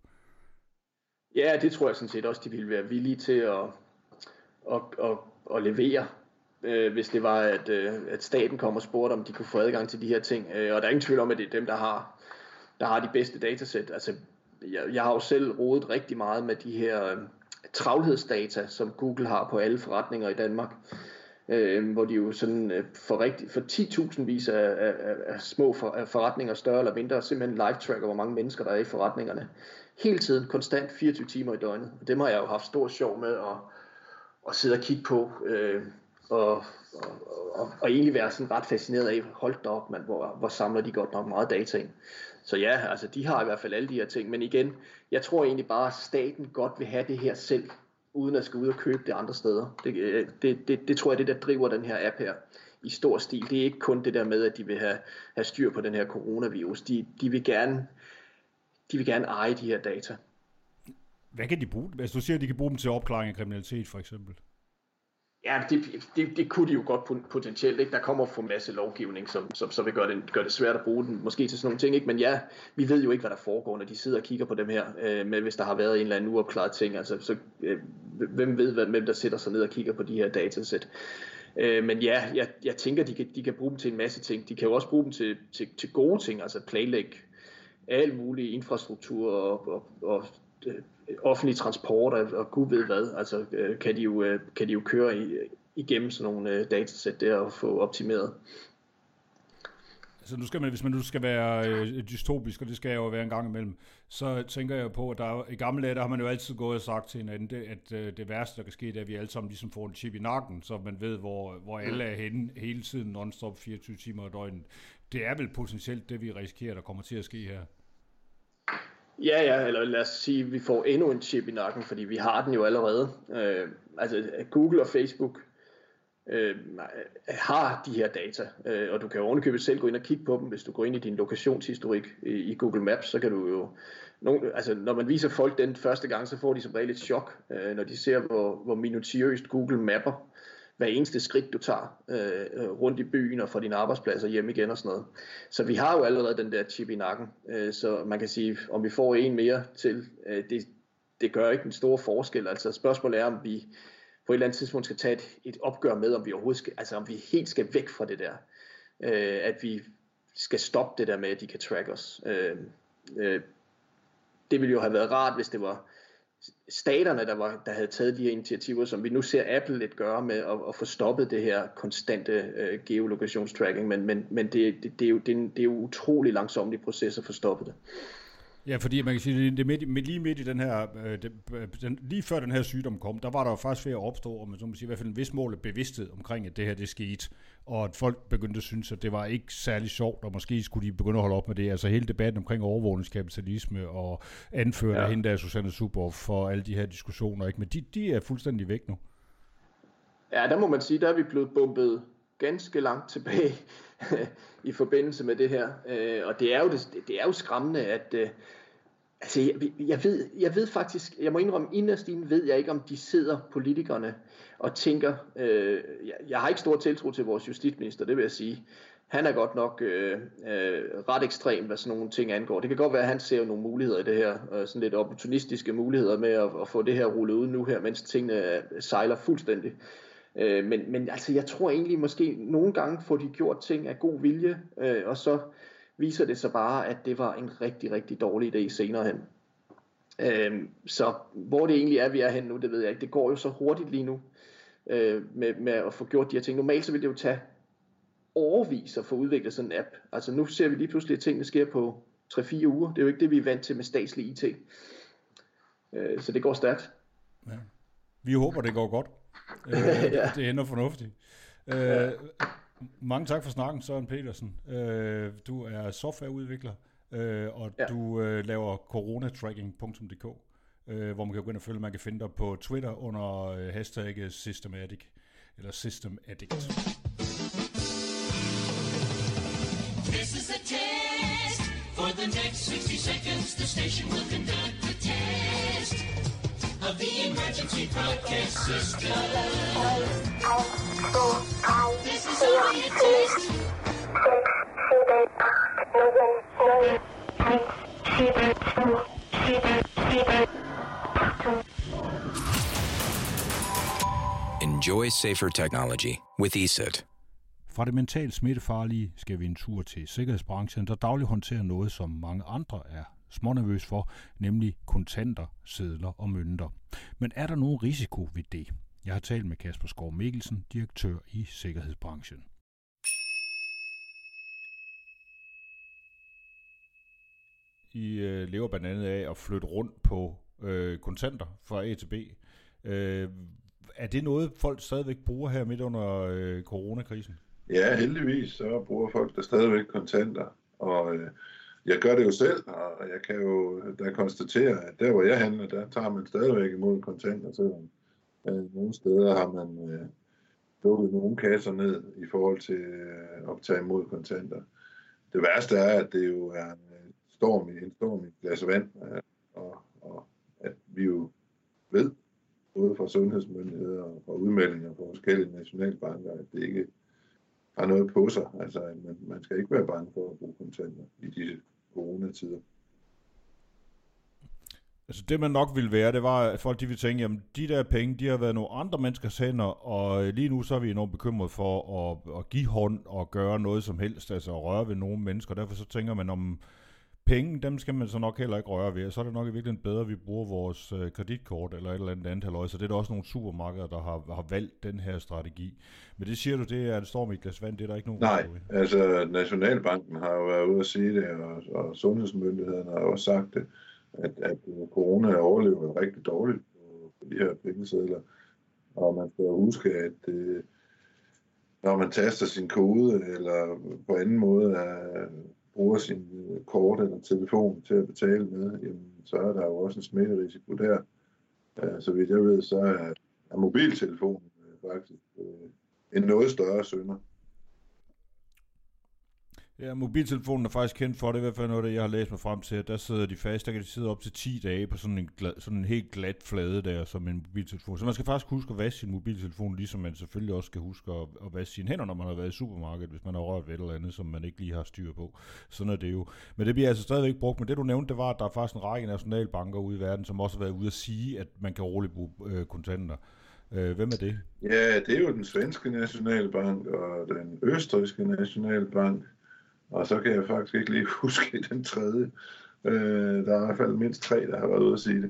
Ja, det tror jeg sådan set også, de ville være villige til at, at, at, at levere, øh, hvis det var, at, øh, at staten kom og spurgte, om de kunne få adgang til de her ting. Øh, og der er ingen tvivl om, at det er dem, der har, der har de bedste datasæt. Altså, jeg, jeg har jo selv rodet rigtig meget med de her Øh, travlhedsdata, som Google har på alle forretninger i Danmark. øh, hvor de jo sådan øh, for, rigtig, for ti tusind vis af, af, af små for, af forretninger, større eller mindre, simpelthen live-tracker, hvor mange mennesker der er i forretningerne. Hele tiden, konstant, fireogtyve timer i døgnet. Og dem har jeg jo haft stor sjov med at, at sidde og kigge på, øh, og, og, og, og egentlig være sådan ret fascineret af, hold da op, man, hvor, hvor samler de godt nok meget data ind. Så ja, altså de har i hvert fald alle de her ting, men igen, jeg tror egentlig bare, at staten godt vil have det her selv, uden at skal ud og købe det andre steder. Det, det, det, det tror jeg, det der driver den her app her i stor stil. Det er ikke kun det der med, at de vil have, have styr på den her coronavirus. De, de, vil gerne, de vil gerne eje de her data. Hvad kan de bruge? Altså du siger, at de kan bruge dem til opklaring af kriminalitet, for eksempel. Ja, det, det, det kunne de jo godt potentielt, ikke? Der kommer for en masse lovgivning, som, som så vil gøre det, gøre det svært at bruge den, måske til sådan nogle ting, ikke? Men ja, vi ved jo ikke, hvad der foregår, når de sidder og kigger på dem her, øh, med hvis der har været en eller anden uopklaret ting, altså, så øh, hvem ved, hvad, hvem der sætter sig ned og kigger på de her datasæt. Øh, men ja, jeg, jeg tænker, de kan, de kan bruge dem til en masse ting. De kan jo også bruge dem til, til, til gode ting, altså planlægge al mulig infrastruktur og, og, og øh, offentlig transport og, og gud ved hvad, altså øh, kan, de jo, øh, kan de jo køre i, igennem sådan nogle øh, datasæt der og få optimeret. Altså nu skal man, hvis man nu skal være øh, dystopisk, og det skal jeg jo være en gang imellem, så tænker jeg på, at der i gamle dage, der har man jo altid gået og sagt til hinanden, det, at øh, det værste, der kan ske, det er, at vi alle sammen ligesom får en chip i nakken, så man ved, hvor, hvor alle er henne hele tiden, non-stop fireogtyve timer i døgnet. Det er vel potentielt det, vi risikerer, der kommer til at ske her. Ja, ja, eller lad os sige, at vi får endnu en chip i nakken, fordi vi har den jo allerede. Øh, altså Google og Facebook øh, har de her data, øh, og du kan jo ovenikøbet selv gå ind og kigge på dem. Hvis du går ind i din lokationshistorik i, i Google Maps, så kan du jo, nogen, altså når man viser folk den første gang, så får de som regel et chok, øh, når de ser, hvor, hvor minutiøst Google mapper hver eneste skridt, du tager øh, rundt i byen og fra din arbejdsplads og hjem igen og sådan noget. Så vi har jo allerede den der chip i nakken, øh, så man kan sige, om vi får en mere til, øh, det, det gør ikke en stor forskel. Altså spørgsmålet er, om vi på et eller andet tidspunkt skal tage et, et opgør med, om vi overhovedet skal, altså om vi helt skal væk fra det der. Øh, at vi skal stoppe det der med, at de kan track os. Øh, øh, det ville jo have været rart, hvis det var staterne, der, var, der havde taget de her initiativer, som vi nu ser Apple lidt gøre med at, at få stoppet det her konstante øh, geolokationstracking, men, men, men det, det, det, er jo, det, det er jo utrolig langsomt i proces at få stoppet det. Ja, fordi man kan sige, det er midt, midt, lige midt i den her, øh, den, lige før den her sygdom kom, der var der jo faktisk ved at opstå, og man så må sige, i hvert fald en vis mål af bevidsthed omkring, at det her det skete, og at folk begyndte at synes, at det var ikke særlig sjovt, og måske skulle de begynde at holde op med det. Altså hele debatten omkring overvågningskapitalisme og anført af ja. hende der Susanne Zuboff for alle de her diskussioner, ikke? Men de, de er fuldstændig væk nu. Ja, der må man sige, der er vi blevet bumpet ganske langt tilbage i forbindelse med det her, øh, og det er jo det, det er jo skræmmende, at øh, altså jeg, jeg ved jeg ved faktisk, jeg må indrømme, inderst inde ved jeg ikke, om de sidder politikerne og tænker, øh, jeg, jeg har ikke stor tiltro til vores justitsminister, det vil jeg sige. Han er godt nok øh, øh, ret ekstrem, hvad sådan nogle ting angår. Det kan godt være, at han ser nogle muligheder i det her, øh, sådan lidt opportunistiske muligheder med at, at få det her rullet ud nu her, mens tingene sejler fuldstændig. Øh, men, men altså jeg tror egentlig måske nogle gange får de gjort ting af god vilje, øh, og så viser det sig bare, at det var en rigtig, rigtig dårlig idé senere hen. Øh, så hvor det egentlig er, vi er hen nu, det ved jeg ikke. Det går jo så hurtigt lige nu øh, med, med at få gjort de her ting. Normalt så vil det jo tage årevis at få udviklet sådan en app. Altså nu ser vi lige pludselig, at tingene sker på tre fire uger. Det er jo ikke det, vi er vant til med statslig I T. Øh, så det går stærkt. Ja. Vi håber, det går godt. øh, ja. Det ender fornuftigt. Øh, ja. Mange tak for snakken, Søren Petersen. Øh, du er softwareudvikler, øh, og ja. du øh, laver coronatracking punktum d k, øh, hvor man kan gå ind og følge, man kan finde dig på Twitter under øh, hashtagget Systematic, eller System Addict. This is a test. For the next sixty seconds, the station will conduct the test of the emergency broadcast system. This is only a test. Enjoy safer technology with E S E T. Fra det mentalt smittefarlige skal vi en tur til sikkerhedsbranchen, der dagligt håndterer noget, som mange andre er smånervøs for, nemlig kontanter, sedler og mønter. Men er der nogen risiko ved det? Jeg har talt med Kasper Skov Mikkelsen, direktør i sikkerhedsbranchen. I øh, lever blandt andet af at flytte rundt på øh, kontanter fra A til B. Øh, er det noget, folk stadigvæk bruger her midt under øh, coronakrisen? Ja, heldigvis så bruger folk der stadigvæk kontanter, og øh, jeg gør det jo selv, og jeg kan jo da konstatere, at der hvor jeg handler, der tager man stadigvæk imod kontanter, selvom øh, nogle steder har man øh, lukket nogle kasser ned i forhold til øh, at tage imod kontanter. Det værste er, at det jo er en storm i, en storm i et glas vand, øh, og, og at vi jo ved, både fra sundhedsmyndigheder og fra udmeldinger fra forskellige nationalbanker, at det ikke har noget på sig. Altså, man, man skal ikke være bange for at bruge kontanter i disse coronatider. Altså det man nok ville være, det var, at folk de ville tænke, jamen de der penge, de har været nogle andre menneskers hænder, og lige nu så er vi enormt bekymret for at, at give hånd og gøre noget som helst, altså at røre ved nogle mennesker. Derfor så tænker man om penge, dem skal man så nok heller ikke røre ved, så er det nok i virkeligheden bedre, at vi bruger vores øh, kreditkort eller et eller andet andet halløj, så det er der også nogle supermarkeder, der har, har valgt den her strategi. Men det siger du, det er en storm i et glas vand, det er der ikke nogen... Nej, altså Nationalbanken har jo været ude at sige det, og, og sundhedsmyndighederne har også sagt det, at, at corona overlever rigtig dårligt på, på de her pengesedler, og man skal huske, at øh, når man taster sin kode, eller på anden måde er bruger sin kort eller telefon til at betale med, jamen, så er der jo også en smitterisiko der. Så vidt jeg ved, så er, er mobiltelefonen faktisk en noget større synder. Ja, mobiltelefonen er faktisk kendt for det, i hvert fald noget af det, jeg har læst mig frem til, at der sidder de fast, der kan de sidde op til ti dage på sådan en, glad, sådan en helt glat flade der, som en mobiltelefon. Så man skal faktisk huske at vaske sin mobiltelefon, ligesom man selvfølgelig også skal huske at, at vaske sine hænder, når man har været i supermarkedet, hvis man har rørt ved et eller andet, som man ikke lige har styr på. Sådan er det jo. Men det bliver altså stadigvæk brugt. Men det du nævnte, det var, at der er faktisk en række nationalbanker ude i verden, som også har været ude at sige, at man kan roligt bruge øh, kontanter. Hvem er det? Ja, det er jo den svenske nationalbank og den østrigske nationalbank. Og så kan jeg faktisk ikke lige huske den tredje. Øh, der er i hvert fald mindst tre, der har været ude at sige det.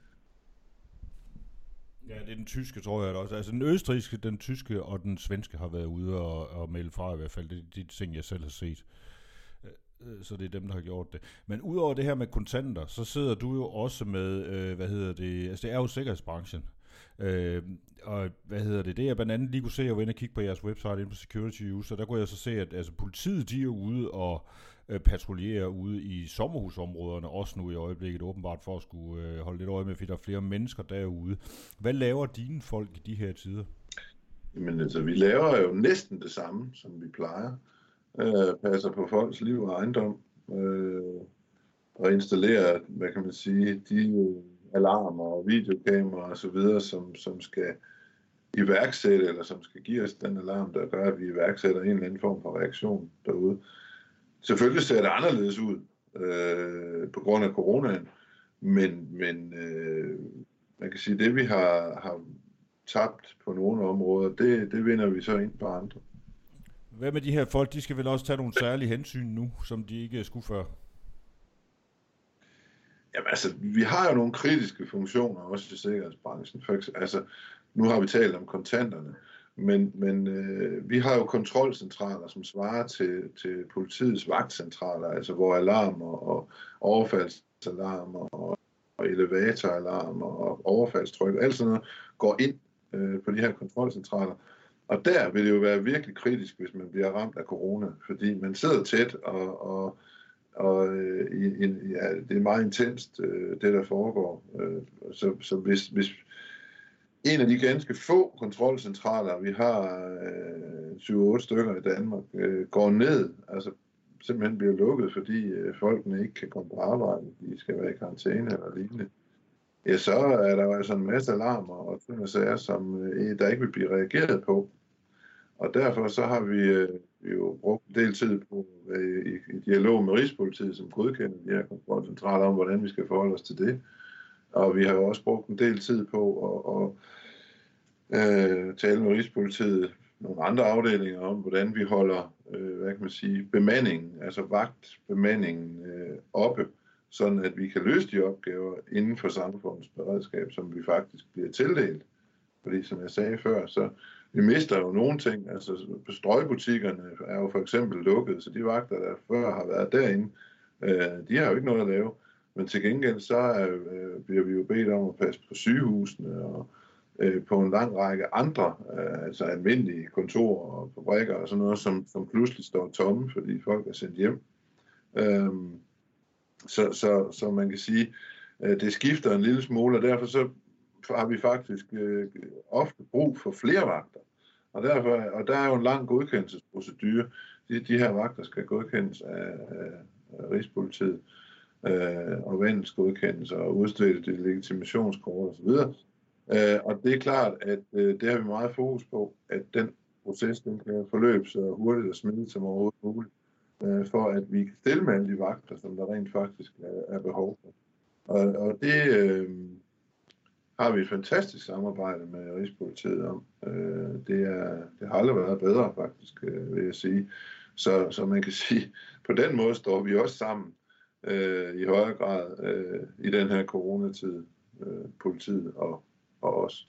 Ja, det er den tyske, tror jeg også. Altså den østrigske, den tyske og den svenske har været ude og, og melde fra i hvert fald. Det er de ting, jeg selv har set. Så det er dem, der har gjort det. Men udover det her med kontanter, så sidder du jo også med, øh, hvad hedder det, altså det er jo sikkerhedsbranchen. Øh, og hvad hedder det, det jeg blandt andet lige kunne se, jeg var inde og kigge på jeres website inde på Security Use, og der kunne jeg så se, at altså, politiet de er ude og øh, patruljere ude i sommerhusområderne, også nu i øjeblikket åbenbart for at skulle øh, holde lidt øje med, fordi der er flere mennesker derude. Hvad laver dine folk i de her tider? Jamen altså, vi laver jo næsten det samme, som vi plejer. Øh, passer på folks liv og ejendom, øh, og installerer, hvad kan man sige, de alarmer og videokameraer og så videre, som, som skal iværksætte, eller som skal give os den alarm, der gør, at vi iværksætter en eller anden form for reaktion derude. Selvfølgelig ser det anderledes ud øh, på grund af coronaen, men, men øh, man kan sige, at det vi har, har tabt på nogle områder, det, det vinder vi så ind på andre. Hvad med de her folk? De skal vel også tage nogle særlige hensyn nu, som de ikke skulle før? Jamen altså, vi har jo nogle kritiske funktioner også i sikkerhedsbranchen. For eksempel, altså, nu har vi talt om kontanterne, men, men øh, vi har jo kontrolcentraler, som svarer til, til politiets vagtcentraler, altså hvor alarmer og overfaldsalarmer og, og elevatoralarmer og overfaldstryk, alt sådan noget går ind øh, på de her kontrolcentraler. Og der vil det jo være virkelig kritisk, hvis man bliver ramt af corona, fordi man sidder tæt, og, og, og i, i, ja, det er meget intenst, det der foregår. Så, så hvis, hvis en af de ganske få kontrolcentraler, vi har syv otte stykker i Danmark, går ned, altså simpelthen bliver lukket, fordi folkene ikke kan komme på arbejde, de skal være i karantæne eller lignende, ja, så er der jo altså en masse alarmer og ting og sager, som der ikke vil blive reageret på. Og derfor så har vi øh, jo brugt en del tid på øh, i, i dialog med Rigspolitiet, som godkender de her kontrolcentraler om, hvordan vi skal forholde os til det. Og vi har jo også brugt en del tid på at, at øh, tale med Rigspolitiet, nogle andre afdelinger om, hvordan vi holder, øh, hvad kan man sige, bemandingen, altså vagtbemandingen øh, oppe, sådan at vi kan løse de opgaver inden for samfundets beredskab, som vi faktisk bliver tildelt. Fordi som jeg sagde før, så vi mister jo nogle ting. Altså strøgbutikkerne er jo for eksempel lukket, så de vagter, der før har været derinde, øh, de har jo ikke noget at lave. Men til gengæld så er, øh, bliver vi jo bedt om at passe på sygehusene og øh, på en lang række andre, øh, altså almindelige kontorer og fabrikker og sådan noget, som, som pludselig står tomme, fordi folk er sendt hjem. Øhm, så, så, så man kan sige, at det skifter en lille smule, og derfor så har vi faktisk øh, ofte brug for flere vagter. Og, derfor, og der er jo en lang godkendelsesprocedure. De, de her vagter skal godkendes af, af, af Rigspolitiet øh, og vandelsgodkendelser og udstede det legitimationskort osv. Øh, og det er klart, at øh, det har vi meget fokus på, at den proces den kan forløbe så hurtigt og smidigt som overhovedet muligt, øh, for at vi kan stille med alle de vagter, som der rent faktisk er, er behov for. Og, og det øh, har vi et fantastisk samarbejde med Rigspolitiet om. Øh, det, er, det har aldrig været bedre faktisk, øh, vil jeg sige. Så, så man kan sige, på den måde står vi også sammen øh, i højere grad øh, i den her coronatid, øh, politiet og, og os.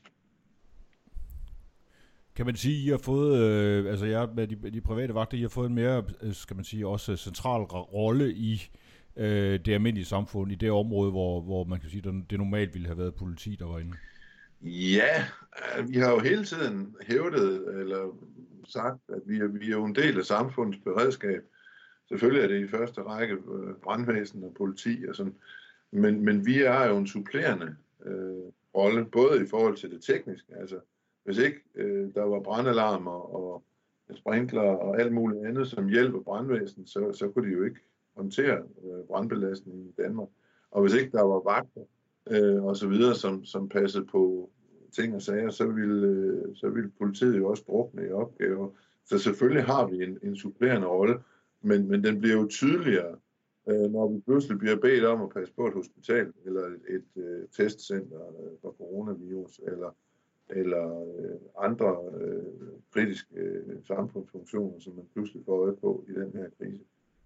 Kan man sige, at I har fået, øh, altså jeg med de, de private vagter, I har fået en mere, skal man sige, også central rolle i øh, det almindelige samfund, i det område, hvor, hvor man kan sige, at det normalt ville have været politi, der var inde? Ja, vi har jo hele tiden hævdet, eller sagt, at vi er, vi er jo en del af samfundets beredskab. Selvfølgelig er det i første række brandvæsen og politi og sådan, men, men vi er jo en supplerende øh, rolle, både i forhold til det tekniske, altså hvis ikke øh, der var brandalarmer og sprinkler og alt muligt andet, som hjælper brandvæsenet, så, så kunne de jo ikke håndtere øh, brandbelastningen i Danmark. Og hvis ikke der var vagter øh, og så videre, som, som passede på ting og sager, så ville, øh, så ville politiet jo også drukne i opgaver. Så selvfølgelig har vi en, en supplerende rolle, men, men den bliver jo tydeligere, øh, når vi pludselig bliver bedt om at passe på et hospital, eller et, et øh, testcenter øh, for coronavirus, eller eller øh, andre øh, kritiske øh, samfundsfunktioner, som man pludselig får øje på i den her krise.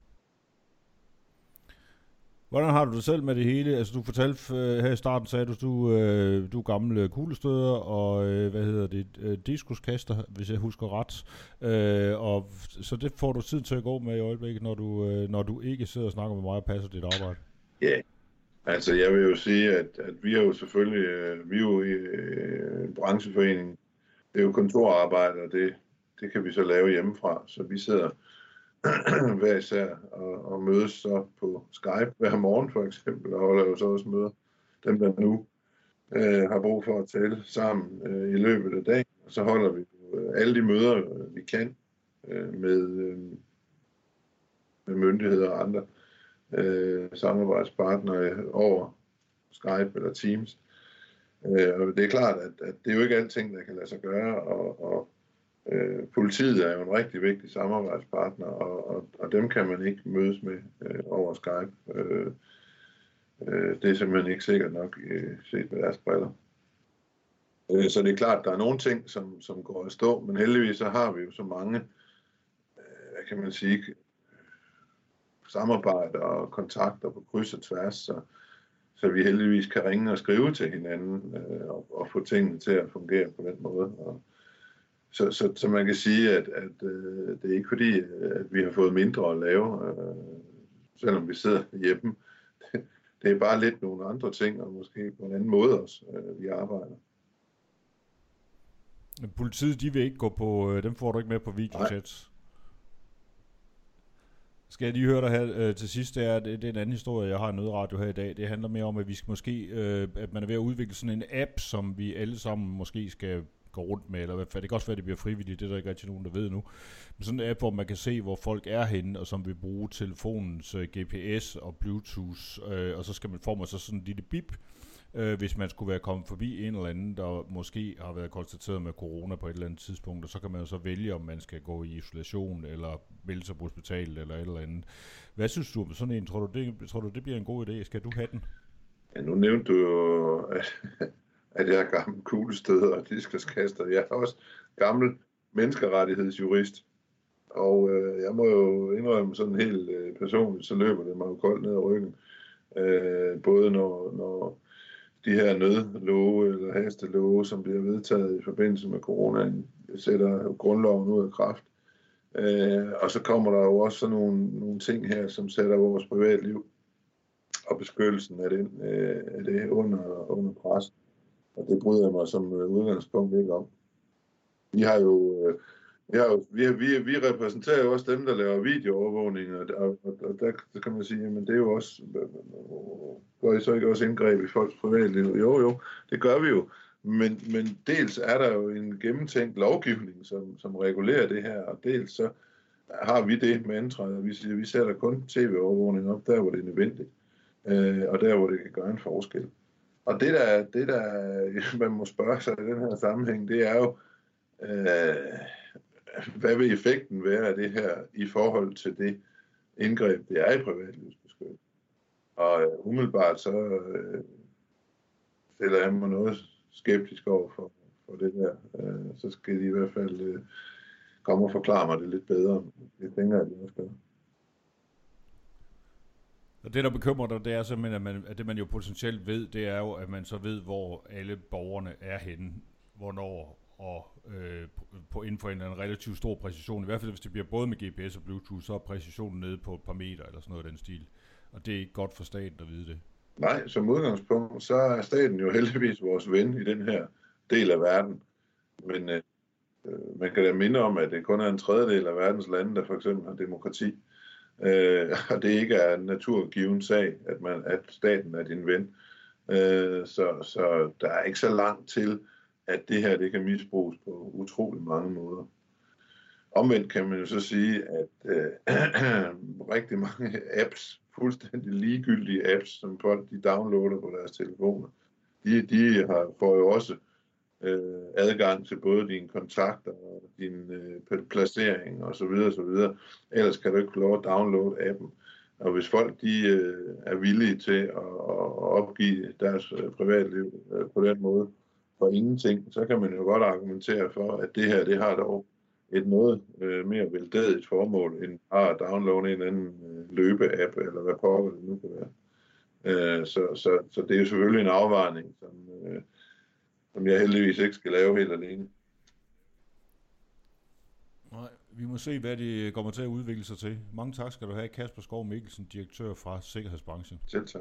Hvordan har du det selv med det hele? Altså du fortalte øh, her i starten, sagde du, du, øh, du er gammel kuglestøder og øh, hvad hedder det, øh, diskuskaster, hvis jeg husker ret. Øh, og så det får du tid til at gå med i øjeblikket, når du, øh, når du ikke sidder og snakker med mig og passer dit arbejde. Ja, yeah. Altså jeg vil jo sige, at, at vi er jo selvfølgelig, vi er jo i øh, en brancheforening, det er jo kontorarbejde, og det, det kan vi så lave hjemmefra, så vi sidder hver især og, og mødes så på Skype hver morgen for eksempel, og holder jo så også møder, dem der nu øh, har brug for at tale sammen øh, i løbet af dagen, og så holder vi øh, alle de møder, øh, vi kan øh, med, øh, med myndigheder og andre Øh, samarbejdspartnere over Skype eller Teams. Øh, og det er klart, at, at det er jo ikke alting, der kan lade sig gøre, og, og øh, politiet er jo en rigtig vigtig samarbejdspartner, og, og, og dem kan man ikke mødes med øh, over Skype. Øh, øh, det er simpelthen ikke sikkert nok øh, set med deres briller. Øh, så det er klart, at der er nogle ting, som, som går i stå, men heldigvis så har vi jo så mange, øh, hvad kan man sige, samarbejde og kontakter på kryds og tværs, så, så vi heldigvis kan ringe og skrive til hinanden øh, og, og få tingene til at fungere på den måde. Og så, så, så man kan sige, at, at øh, det er ikke fordi, at vi har fået mindre at lave, øh, selvom vi sidder hjemme. Det, det er bare lidt nogle andre ting, og måske på en anden måde også, øh, vi arbejder. Politiet, de vil ikke gå på, dem får du ikke med på videochat. Skal jeg lige høre dig her øh, til sidst, det er, det, det er en anden historie, jeg har i Nødradio her i dag. Det handler mere om, at vi skal måske, øh, at man er ved at udvikle sådan en app, som vi alle sammen måske skal gå rundt med, eller hvad fald. Det kan også være, at det bliver frivilligt, det er der ikke rigtig nogen, der ved nu. Men sådan en app, hvor man kan se, hvor folk er henne, og som vil bruge telefonens øh, G P S og Bluetooth, øh, og så skal man få mig så sådan en lille bip, øh, hvis man skulle være kommet forbi en eller anden, der måske har været konstateret med corona på et eller andet tidspunkt, og så kan man jo så vælge, om man skal gå i isolation, eller melde sig på hospitalet, eller et eller andet. Hvad synes du om sådan en? Tror du, det, tror du, det bliver en god idé? Skal du have den? Ja, nu nævnte du jo, at jeg er gammel kuglestøder og diskoskaster. Jeg er også gammel menneskerettighedsjurist, og øh, jeg må jo indrømme sådan helt øh, personligt, så løber det mig jo koldt ned ad ryggen. Øh, både når, når de her nødlove eller hastelove, som bliver vedtaget i forbindelse med coronaen, sætter grundloven ud af kraft. Øh, og så kommer der jo også sådan nogle, nogle ting her, som sætter vores privatliv og beskyttelsen af, den, øh, af det under, under pres. Og det bryder jeg mig som udgangspunkt ikke om. Vi har jo, øh, vi, har jo vi, vi, vi repræsenterer jo også dem, der laver videoovervågning, og, og, og der, der kan man sige, jamen det er jo også, går I så ikke også indgreb i folks privatliv? Jo, jo, det gør vi jo. Men, men dels er der jo en gennemtænkt lovgivning, som, som regulerer det her, og dels så har vi det mantra, at vi siger, at vi sætter kun tv-overvågning op der, hvor det er nødvendigt, øh, og der, hvor det kan gøre en forskel. Og det der, det, der man må spørge sig i den her sammenhæng, det er jo, øh, hvad vil effekten være af det her i forhold til det indgreb, det er i privatlivsbeskyttelse. Og øh, umiddelbart så øh, stiller jeg mig noget skeptisk over for, for det der. Øh, så skal de i hvert fald øh, komme og forklare mig det lidt bedre. Jeg tænker, at det også gør. Og det, der bekymrer dig, det er simpelthen, at, man, at det man jo potentielt ved, det er jo, at man så ved, hvor alle borgerne er henne, hvornår, og øh, på inden for en, en relativt stor præcision. I hvert fald, hvis det bliver både med G P S og Bluetooth, så er præcisionen nede på et par meter, eller sådan noget af den stil. Og det er ikke godt for staten at vide det. Nej, som udgangspunkt, så er staten jo heldigvis vores ven i den her del af verden. Men øh, man kan da minde om, at det kun er en tredjedel af verdens lande, der for eksempel har demokrati. Øh, og det ikke er en naturgiven sag, at, man, at staten er din ven. Øh, så, så der er ikke så langt til, at det her det kan misbruges på utrolig mange måder. Omvendt kan man jo så sige, at øh, rigtig mange apps, fuldstændig ligegyldige apps, som folk de downloader på deres telefoner, de, de har, får jo også øh, adgang til både dine kontakter og din øh, placering og så videre, så videre. Ellers kan du ikke få lov at downloade appen. Og hvis folk de øh, er villige til at, at opgive deres øh, privatliv øh, på den måde for ingenting, så kan man jo godt argumentere for, at det her det har dog et noget øh, mere veldedigt formål, end bare at downloade en anden øh, løbe-app, eller hvad pokker det nu kan være. Øh, så, så, så det er jo selvfølgelig en afvejning, som, øh, som jeg heldigvis ikke skal lave helt alene. Nej, vi må se, hvad det kommer til at udvikle sig til. Mange tak skal du have, Kasper Skov Mikkelsen, direktør fra Sikkerhedsbranchen. Selv tak.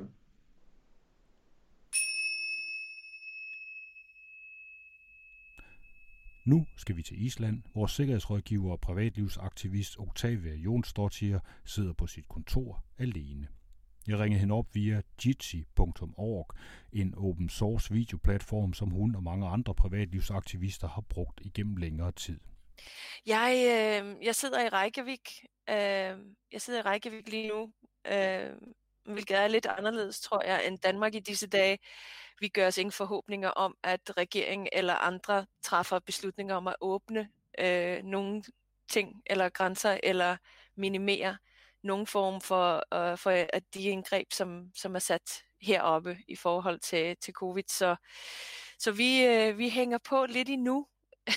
Nu skal vi til Island, hvor sikkerhedsrådgiver og privatlivsaktivist Octavia Jonsdottir sidder på sit kontor alene. Jeg ringede hende op via jitsi punktum org, en open source videoplatform, som hun og mange andre privatlivsaktivister har brugt igennem længere tid. Jeg, øh, jeg sidder i Reykjavik. Øh, jeg sidder i Reykjavik lige nu, øh, hvilket er lidt anderledes, tror jeg, end Danmark i disse dage. Vi gør os ingen forhåbninger om, at regeringen eller andre træffer beslutninger om at åbne øh, nogle ting eller grænser, eller minimere nogen form for, øh, for at de indgreb, som, som er sat heroppe i forhold til, til covid. Så, så vi, øh, vi hænger på lidt endnu.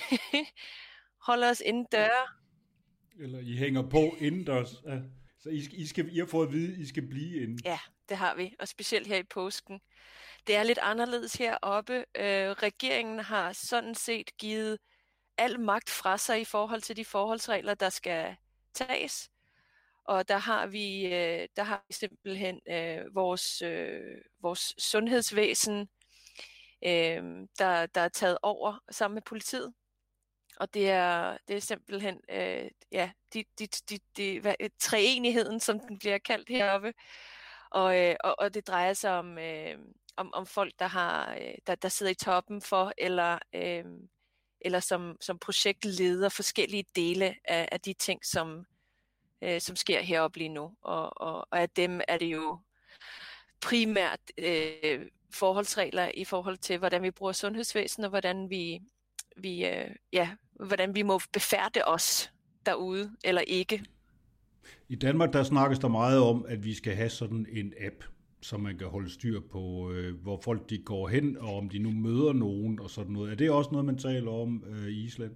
Holder os indendøre. Eller I hænger på indendørs. Ja. Så I, skal, I, skal, I har fået at vide, at I skal blive inde. Ja, det har vi. Og specielt her i påsken. Det er lidt anderledes heroppe. Øh, regeringen har sådan set givet al magt fra sig i forhold til de forholdsregler, der skal tages. Og der har vi, øh, der har vi simpelthen øh, vores, øh, vores sundhedsvæsen, øh, der, der er taget over sammen med politiet. Og det er, det er simpelthen øh, ja, de, de, de, de, hvad, treenigheden, som den bliver kaldt heroppe. Og, øh, og, og det drejer sig om, øh, om, om folk, der, har, øh, der, der sidder i toppen for, eller, øh, eller som, som projektleder forskellige dele af, af de ting, som, øh, som sker heroppe lige nu. Og, og, og af dem er det jo primært øh, forholdsregler i forhold til, hvordan vi bruger sundhedsvæsenet, og hvordan vi, vi, øh, ja, hvordan vi må befærde os derude, eller ikke. I Danmark, der snakkes der meget om, at vi skal have sådan en app, som man kan holde styr på, øh, hvor folk de går hen, og om de nu møder nogen og sådan noget. Er det også noget, man taler om øh, i Island?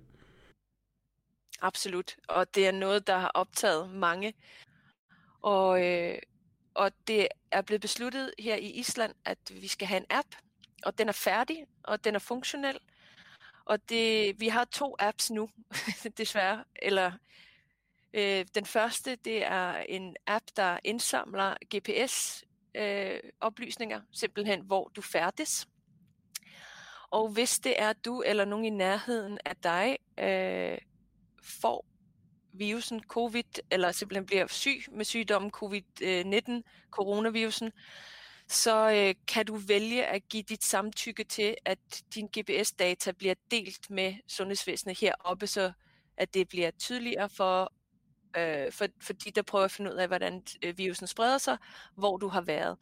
Absolut, og det er noget, der har optaget mange. Og, øh, og det er blevet besluttet her i Island, at vi skal have en app, og den er færdig, og den er funktionel. Og det, vi har to apps nu, desværre. Eller, øh, den første, det er en app, der indsamler G P S-oplysninger, øh, simpelthen hvor du færdes. Og hvis det er du eller nogen i nærheden af dig øh, får virusen covid, eller simpelthen bliver syg med sygdommen covid nitten, coronavirusen, så øh, kan du vælge at give dit samtykke til, at din G P S-data bliver delt med sundhedsvæsenet heroppe, så at det bliver tydeligere for, øh, for, for de, der prøver at finde ud af, hvordan øh, virusen spreder sig, hvor du har været.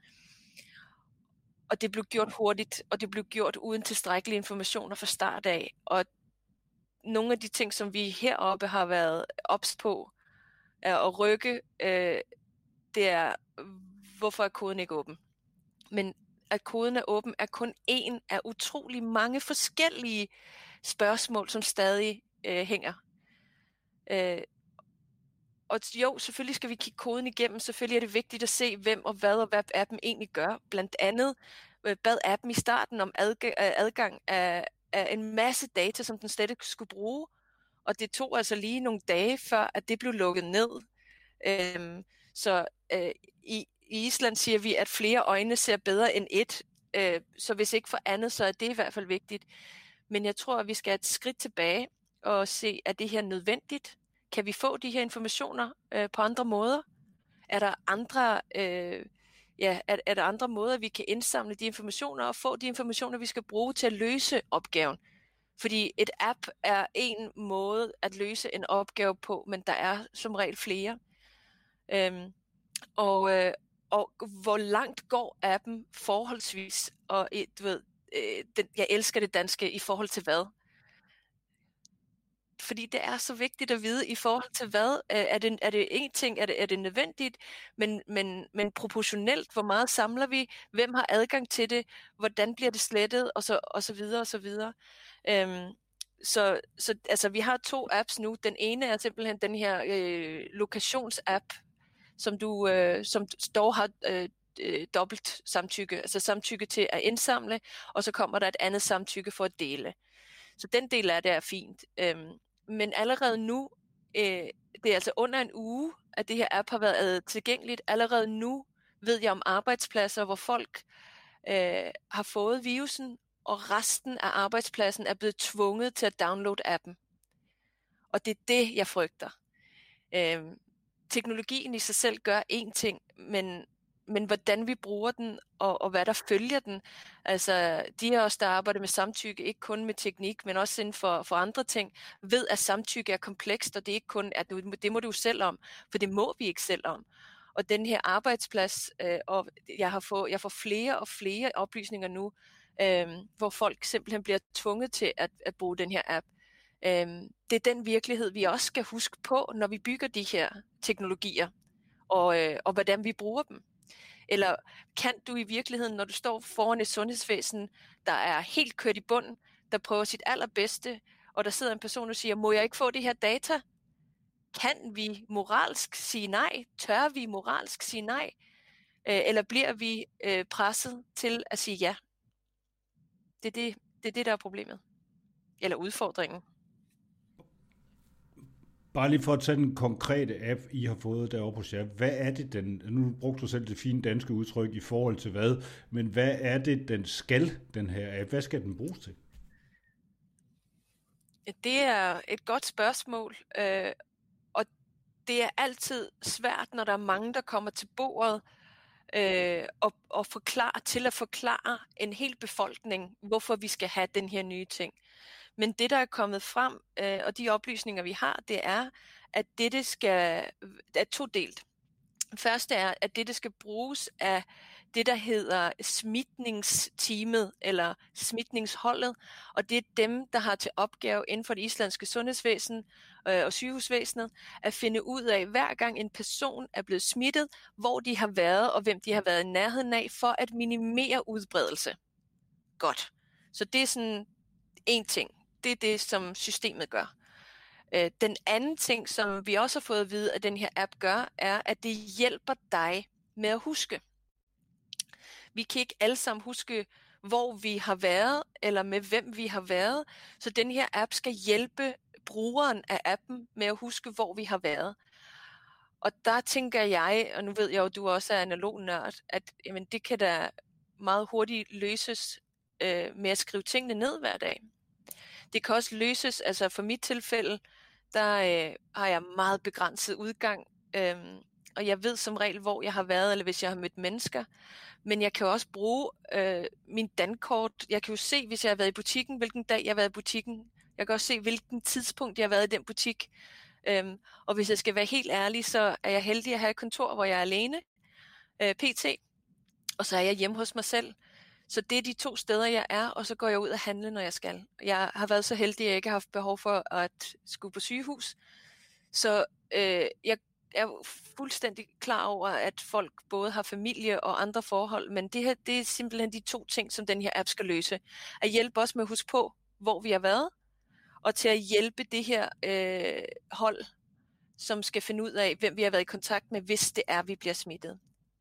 Og det blev gjort hurtigt, og det blev gjort uden tilstrækkelige informationer fra start af. Og nogle af de ting, som vi heroppe har været ops på, er at rykke, øh, det er, hvorfor er koden ikke åben? Men at koden er åben, er kun en af utrolig mange forskellige spørgsmål, som stadig øh, hænger. Øh, og jo, selvfølgelig skal vi kigge koden igennem. Selvfølgelig er det vigtigt at se, hvem og hvad og hvad appen egentlig gør. Blandt andet øh, bad appen i starten om adg- adgang af, af en masse data, som den slet ikke skulle bruge. Og det tog altså lige nogle dage før, at det blev lukket ned. Øh, så øh, i I Island siger vi, at flere øjne ser bedre end et, øh, så hvis ikke for andet, så er det i hvert fald vigtigt. Men jeg tror, at vi skal et skridt tilbage og se, er det her nødvendigt? Kan vi få de her informationer øh, på andre måder? Er der andre, øh, ja, er, er der andre måder, vi kan indsamle de informationer og få de informationer, vi skal bruge til at løse opgaven? Fordi et app er en måde at løse en opgave på, men der er som regel flere. Øhm, og øh, Og hvor langt går appen forholdsvis? Og du ved, øh, den, jeg elsker det danske i forhold til hvad? Fordi det er så vigtigt at vide i forhold til hvad. Er det, er det en ting, er det, er det nødvendigt, men, men, men proportionelt, hvor meget samler vi? Hvem har adgang til det? Hvordan bliver det slettet? Og så, og så videre, og så videre. Øhm, så, så altså, vi har to apps nu. Den ene er simpelthen den her øh, lokationsapp, som du øh, som dog har øh, øh, dobbelt samtykke, altså samtykke til at indsamle, og så kommer der et andet samtykke for at dele. Så den del af det er fint. Øhm, men allerede nu, øh, det er altså under en uge, at det her app har været tilgængeligt. Allerede nu ved jeg om arbejdspladser, hvor folk øh, har fået virusen, og resten af arbejdspladsen er blevet tvunget til at downloade appen. Og det er det, jeg frygter. Øhm, Teknologien i sig selv gør én ting, men, men hvordan vi bruger den, og, og hvad der følger den. Altså, de af os, der arbejder med samtykke, ikke kun med teknik, men også inden for, for andre ting, ved, at samtykke er komplekst, og det er ikke kun, at du, det må du selv om, for det må vi ikke selv om. Og den her arbejdsplads, øh, og jeg, har få, jeg får flere og flere oplysninger nu, øh, hvor folk simpelthen bliver tvunget til at, at bruge den her app. Øhm, det er den virkelighed, vi også skal huske på, når vi bygger de her teknologier, og, øh, og hvordan vi bruger dem. Eller kan du i virkeligheden, når du står foran et sundhedsvæsen, der er helt kørt i bund, der prøver sit allerbedste, og der sidder en person og siger, må jeg ikke få det her data? Kan vi moralsk sige nej? Tør vi moralsk sige nej? Øh, eller bliver vi øh, presset til at sige ja? Det er det, det er det, der er problemet. Eller udfordringen. Bare lige for at tage den konkrete app, I har fået derovre på jer. Hvad er det, den, nu brugte du selv det fine danske udtryk i forhold til hvad, men hvad er det, den skal, den her app? Hvad skal den bruges til? Det er et godt spørgsmål, øh, og det er altid svært, når der er mange, der kommer til bordet øh, og, og forklare, til at forklare en hel befolkning, hvorfor vi skal have den her nye ting. Men det, der er kommet frem, øh, og de oplysninger, vi har, det er, at dette skal er todelt. Første er, at dette skal bruges af det, der hedder smitningsteamet eller smitningsholdet, og det er dem, der har til opgave inden for det islandske sundhedsvæsen øh, og sygehusvæsenet at finde ud af, hver gang en person er blevet smittet, hvor de har været og hvem de har været i nærheden af, for at minimere udbredelse. Godt. Så det er sådan en ting. Det er det, som systemet gør. Den anden ting, som vi også har fået at vide, at den her app gør, er, at det hjælper dig med at huske. Vi kan ikke alle sammen huske, hvor vi har været, eller med hvem vi har været. Så den her app skal hjælpe brugeren af appen med at huske, hvor vi har været. Og der tænker jeg, og nu ved jeg jo, at du også er analog nørd, at jamen, det kan da meget hurtigt løses øh, med at skrive tingene ned hver dag. Det kan også løses, altså for mit tilfælde, der øh, har jeg meget begrænset udgang, øh, og jeg ved som regel, hvor jeg har været, eller hvis jeg har mødt mennesker. Men jeg kan også bruge øh, min dankort. Jeg kan jo se, hvis jeg har været i butikken, hvilken dag jeg har været i butikken. Jeg kan også se, hvilken tidspunkt jeg har været i den butik. Øhm, og hvis jeg skal være helt ærlig, så er jeg heldig at have et kontor, hvor jeg er alene, øh, pt. Og så er jeg hjemme hos mig selv. Så det er de to steder, jeg er, og så går jeg ud og handle, når jeg skal. Jeg har været så heldig, at jeg ikke har haft behov for at skulle på sygehus. Så øh, jeg er fuldstændig klar over, at folk både har familie og andre forhold, men det her, det er simpelthen de to ting, som den her app skal løse. At hjælpe os med at huske på, hvor vi har været, og til at hjælpe det her øh, hold, som skal finde ud af, hvem vi har været i kontakt med, hvis det er, vi bliver smittet.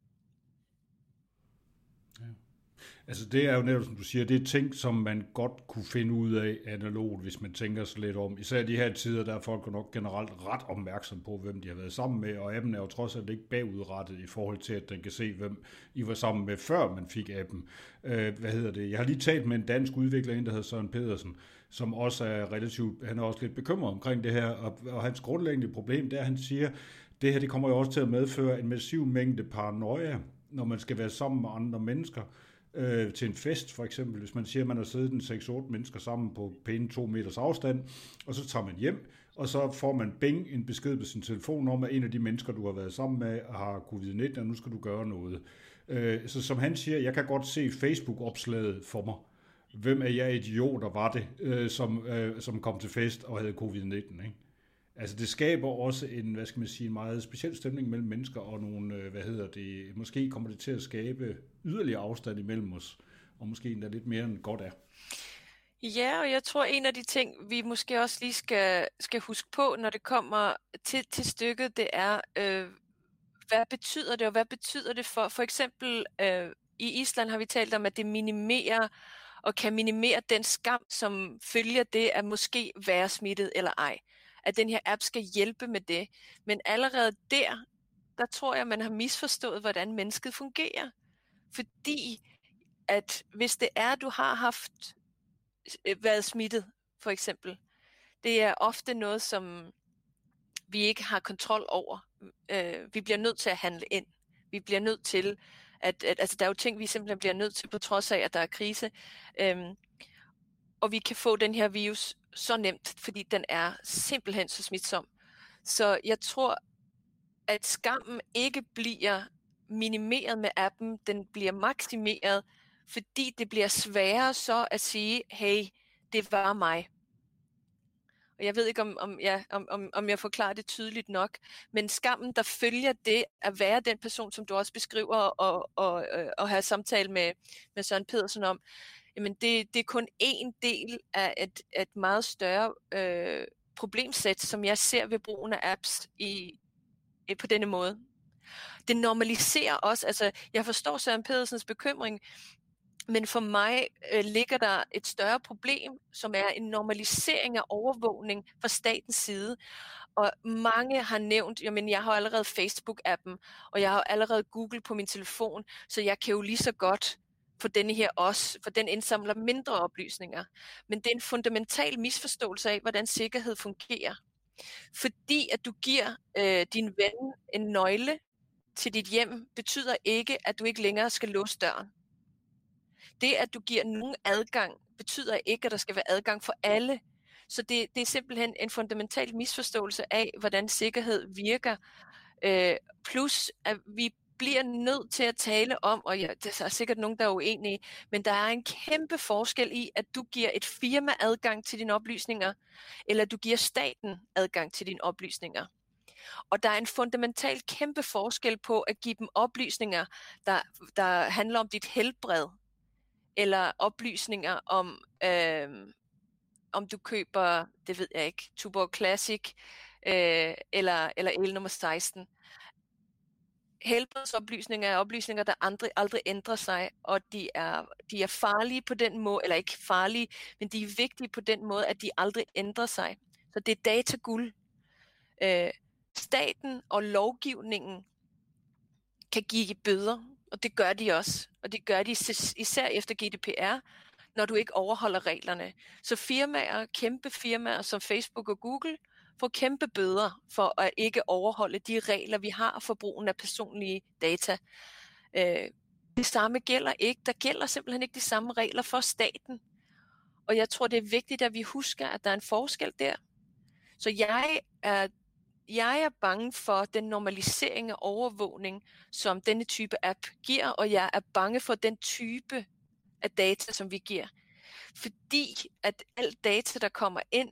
Ja. Altså det er jo netop, som du siger, det er ting, som man godt kunne finde ud af analogt, hvis man tænker sig lidt om. Især de her tider, der er folk jo nok generelt ret opmærksom på, hvem de har været sammen med, og appen er jo trods alt ikke bagudrettet i forhold til, at den kan se, hvem I var sammen med, før man fik appen. Øh, hvad hedder det? Jeg har lige talt med en dansk udvikler, en der hedder Søren Pedersen, som også er relativt, han er også lidt bekymret omkring det her, og, og hans grundlæggende problem, det er, at han siger, det her det kommer jo også til at medføre en massiv mængde paranoia, når man skal være sammen med andre mennesker, øh, til en fest for eksempel, hvis man siger, at man har siddet en seks otte mennesker sammen på pæne to meters afstand, og så tager man hjem, og så får man bing en besked på sin telefon om, at en af de mennesker, du har været sammen med, har covid nitten, og nu skal du gøre noget. Øh, så som han siger, jeg kan godt se Facebook-opslaget for mig. Hvem af jer idioter var det, øh, som, øh, som kom til fest og havde covid nitten, ikke? Altså det skaber også en, hvad skal man sige, en meget speciel stemning mellem mennesker og nogle, øh, hvad hedder det, måske kommer det til at skabe yderligere afstand imellem os, og måske endda lidt mere end godt er. Ja, og jeg tror, en af de ting, vi måske også lige skal, skal huske på, når det kommer til, til stykket, det er, øh, hvad betyder det, og hvad betyder det for, for eksempel øh, i Island har vi talt om, at det minimerer og kan minimere den skam, som følger det at måske være smittet eller ej. At den her app skal hjælpe med det. Men allerede der, der tror jeg, man har misforstået, hvordan mennesket fungerer. Fordi at hvis det er, du har haft været smittet, for eksempel, det er ofte noget, som vi ikke har kontrol over. Øh, vi bliver nødt til at handle ind. Vi bliver nødt til At, at, altså, der er jo ting, vi simpelthen bliver nødt til, på trods af, at der er krise. Øhm, og vi kan få den her virus så nemt, fordi den er simpelthen så smitsom. Så jeg tror, at skammen ikke bliver minimeret med appen, den bliver maksimeret, fordi det bliver sværere så at sige, hey, det var mig. Og jeg ved ikke, om, om, ja, om, om, om jeg forklarer det tydeligt nok, men skammen, der følger det at være den person, som du også beskriver, og, og, og have samtale med, med Søren Pedersen om, jamen det, det er kun en del af et, et meget større øh, problemsæt, som jeg ser ved brugen af apps i, i, på denne måde. Det normaliserer også, altså jeg forstår Søren Pedersens bekymring, men for mig øh, ligger der et større problem, som er en normalisering af overvågning fra statens side. Og mange har nævnt, jamen jeg har allerede Facebook-appen, og jeg har allerede Google på min telefon, så jeg kan jo lige så godt få denne her også, for den indsamler mindre oplysninger. Men det er en fundamental misforståelse af, hvordan sikkerhed fungerer. Fordi at du giver øh, din ven en nøgle til dit hjem, betyder ikke, at du ikke længere skal låse døren. Det, at du giver nogen adgang, betyder ikke, at der skal være adgang for alle. Så det, det er simpelthen en fundamental misforståelse af, hvordan sikkerhed virker. Øh, plus, at vi bliver nødt til at tale om, og ja, der er sikkert nogen, der er uenige, men der er en kæmpe forskel i, at du giver et firma adgang til dine oplysninger, eller du giver staten adgang til dine oplysninger. Og der er en fundamental kæmpe forskel på at give dem oplysninger, der, der handler om dit helbred, eller oplysninger om, øh, om du køber, det ved jeg ikke, Tuborg Classic, øh, eller, eller el nummer seksten. helbredsoplysninger er oplysninger, der aldrig, aldrig ændrer sig, og de er, de er farlige på den måde, eller ikke farlige, men de er vigtige på den måde, at de aldrig ændrer sig. Så det er dataguld. Øh, staten og lovgivningen kan give bøder, og det gør de også. Og det gør de især efter G D P R, når du ikke overholder reglerne. Så firmaer, kæmpe firmaer som Facebook og Google, får kæmpe bøder for at ikke overholde de regler, vi har for brugen af personlige data. Øh, det samme gælder ikke. Der gælder simpelthen ikke de samme regler for staten. Og jeg tror, det er vigtigt, at vi husker, at der er en forskel der. Så jeg er, jeg er bange for den normalisering af overvågning, som denne type app giver, og jeg er bange for den type af data, som vi giver. Fordi at alt data, der kommer ind,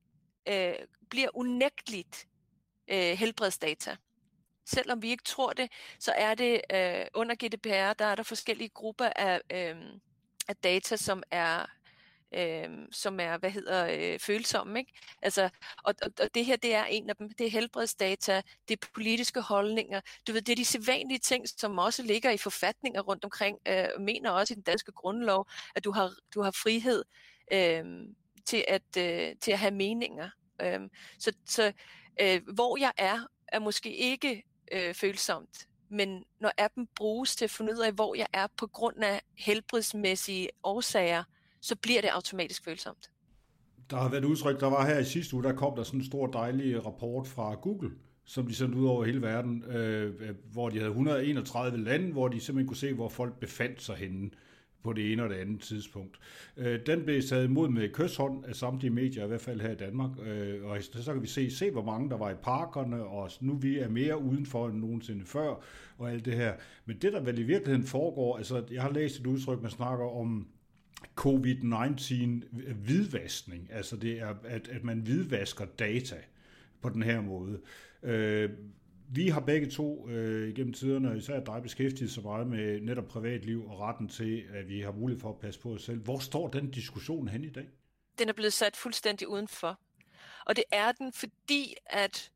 øh, bliver unægteligt øh, helbredsdata. Selvom vi ikke tror det, så er det øh, under G D P R, der er der forskellige grupper af, øh, af data, som er øh, som er, hvad hedder, øh, følsomme, ikke? Altså, og, og, og det her, det er en af dem. Det er helbredsdata, det er politiske holdninger. Du ved, det er de sædvanlige ting, som også ligger i forfatninger rundt omkring, øh, mener også i den danske grundlov, at du har, du har frihed øh, til, at, øh, til at have meninger. Øh, så så øh, hvor jeg er, er måske ikke øh, følsomt, men når appen bruges til at finde ud af, hvor jeg er på grund af helbredsmæssige årsager, så bliver det automatisk følsomt. Der har været udtryk, der var her i sidste uge, der kom der sådan en stor dejlig rapport fra Google, som de sendte ud over hele verden, øh, hvor de havde et hundrede og enogtredive lande, hvor de simpelthen kunne se, hvor folk befandt sig henne på det ene og det andet tidspunkt. Øh, den blev taget imod med kysshånd af samtlige medier, i hvert fald her i Danmark, øh, og så kan vi se, se, hvor mange der var i parkerne, og nu vi er mere udenfor end nogensinde før, og alt det her. Men det, der vel i virkeligheden foregår, altså jeg har læst et udtryk, man snakker om covid nitten hvidvaskning, altså det er, at, at man hvidvasker data på den her måde. Øh, vi har begge to øh, igennem tiderne, især dig, beskæftiget så meget med netop privatliv og retten til, at vi har mulighed for at passe på os selv. Hvor står den diskussion hen i dag? Den er blevet sat fuldstændig udenfor. Og det er den, fordi at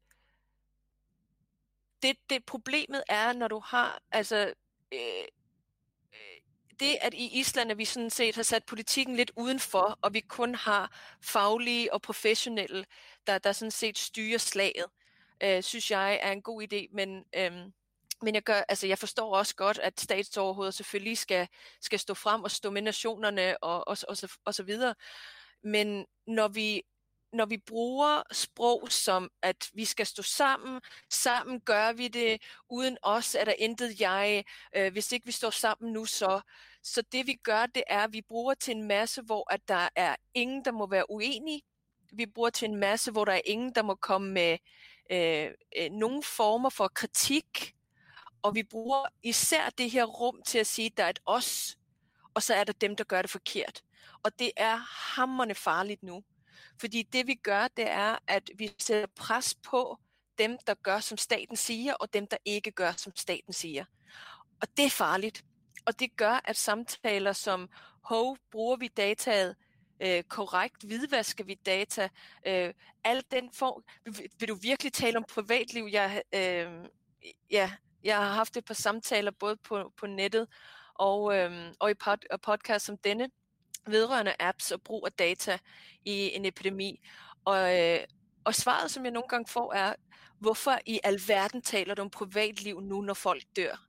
det, det problemet er, når du har, altså øh, det, at i Island er vi sådan set har sat politikken lidt udenfor, og vi kun har faglige og professionelle, der, der sådan set styrer slaget, øh, synes jeg er en god idé, men, øh, men jeg, gør, altså jeg forstår også godt, at statsoverhoveder selvfølgelig skal, skal stå frem og stå med nationerne og, og, og, så, og så videre, men når vi Når vi bruger sprog som, at vi skal stå sammen, sammen gør vi det, uden os er der intet jeg, øh, hvis ikke vi står sammen nu så. Så det vi gør, det er, at vi bruger til en masse, hvor at der er ingen, der må være uenige. Vi bruger til en masse, hvor der er ingen, der må komme med øh, øh, nogle former for kritik. Og vi bruger især det her rum til at sige, at der er et os, og så er der dem, der gør det forkert. Og det er hamrende farligt nu. Fordi det vi gør, det er, at vi sætter pres på dem, der gør, som staten siger, og dem, der ikke gør, som staten siger. Og det er farligt. Og det gør, at samtaler som, hov, bruger vi dataet øh, korrekt, hvidvasker vi data, øh, al den form, vil, vil du virkelig tale om privatliv? Jeg, øh, ja, jeg har haft et par samtaler, både på, på nettet og, øh, og i pod, og podcast som denne, vedrørende apps og brug af data i en epidemi. Og, øh, og svaret, som jeg nogle gange får, er, hvorfor i alverden taler du om privatliv nu, når folk dør?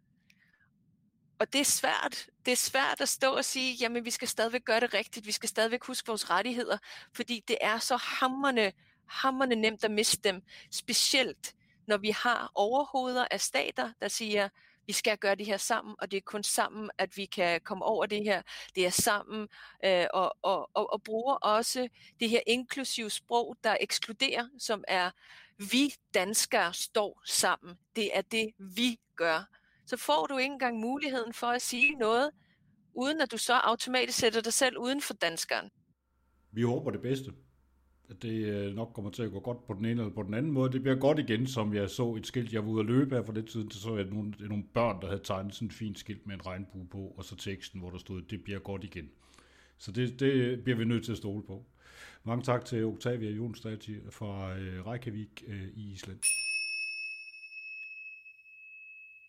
Og det er svært. Det er svært at stå og sige, jamen vi skal stadigvæk gøre det rigtigt, vi skal stadigvæk huske vores rettigheder, fordi det er så hamrende, hamrende nemt at miste dem, specielt når vi har overhoveder af stater, der siger, vi skal gøre det her sammen, og det er kun sammen, at vi kan komme over det her. Det er sammen, øh, og, og, og, og bruger også det her inklusive sprog, der ekskluderer, som er, vi danskere står sammen. Det er det, vi gør. Så får du ikke engang muligheden for at sige noget, uden at du så automatisk sætter dig selv uden for danskeren. Vi håber det bedste. At det nok kommer til at gå godt på den ene eller på den anden måde. Det bliver godt igen, som jeg så et skilt, jeg var ude at løbe af for lidt tid, så jeg nogle, nogle børn, der havde tegnet sådan et fint skilt med en regnbue på, og så teksten, hvor der stod, det bliver godt igen. Så det, det bliver vi nødt til at stole på. Mange tak til Octavia Jonstad fra Reykjavik i Island.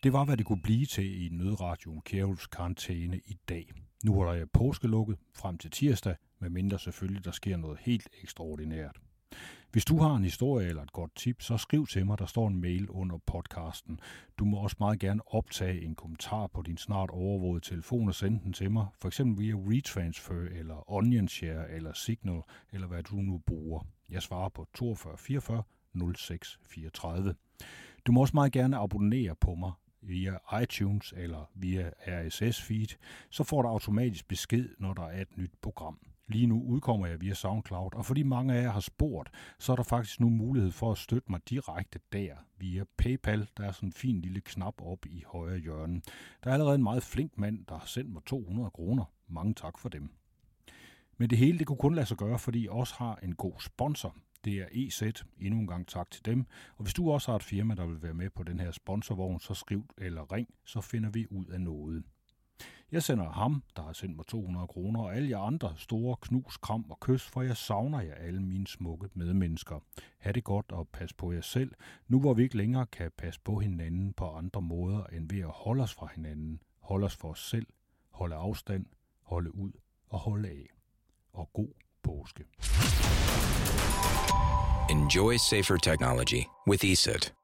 Det var, hvad det kunne blive til i nødradioen Kjærhulfs karantæne i dag. Nu er der påskelukket frem til tirsdag, medmindre selvfølgelig der sker noget helt ekstraordinært. Hvis du har en historie eller et godt tip, så skriv til mig, der står en mail under podcasten. Du må også meget gerne optage en kommentar på din snart overvågede telefon og sende den til mig, for eksempel via WeTransfer eller OnionShare eller Signal, eller hvad du nu bruger. Jeg svarer på toogfyrre fireogfyrre nul seks fireogtredive. Du må også meget gerne abonnere på mig via iTunes eller via R S S-feed, så får du automatisk besked, når der er et nyt program. Lige nu udkommer jeg via SoundCloud, og fordi mange af jer har spurgt, så er der faktisk nu mulighed for at støtte mig direkte der via PayPal. Der er sådan en fin lille knap oppe i højre hjørne. Der er allerede en meget flink mand, der har sendt mig to hundrede kroner. Mange tak for dem. Men det hele det kunne kun lade sig gøre, fordi I også har en god sponsor. Det er E Z. Endnu en gang tak til dem. Og hvis du også har et firma, der vil være med på den her sponsorvogn, så skriv eller ring, så finder vi ud af noget. Jeg sender ham, der har sendt mig to hundrede kroner, og alle jer andre store knus, kram og kys, for jeg savner jer alle mine smukke medmennesker. Ha' det godt og pas på jer selv, nu hvor vi ikke længere kan passe på hinanden på andre måder, end ved at holde os fra hinanden, holde os for os selv, holde afstand, holde ud og holde af. Og god påske. Enjoy safer technology with E S E T.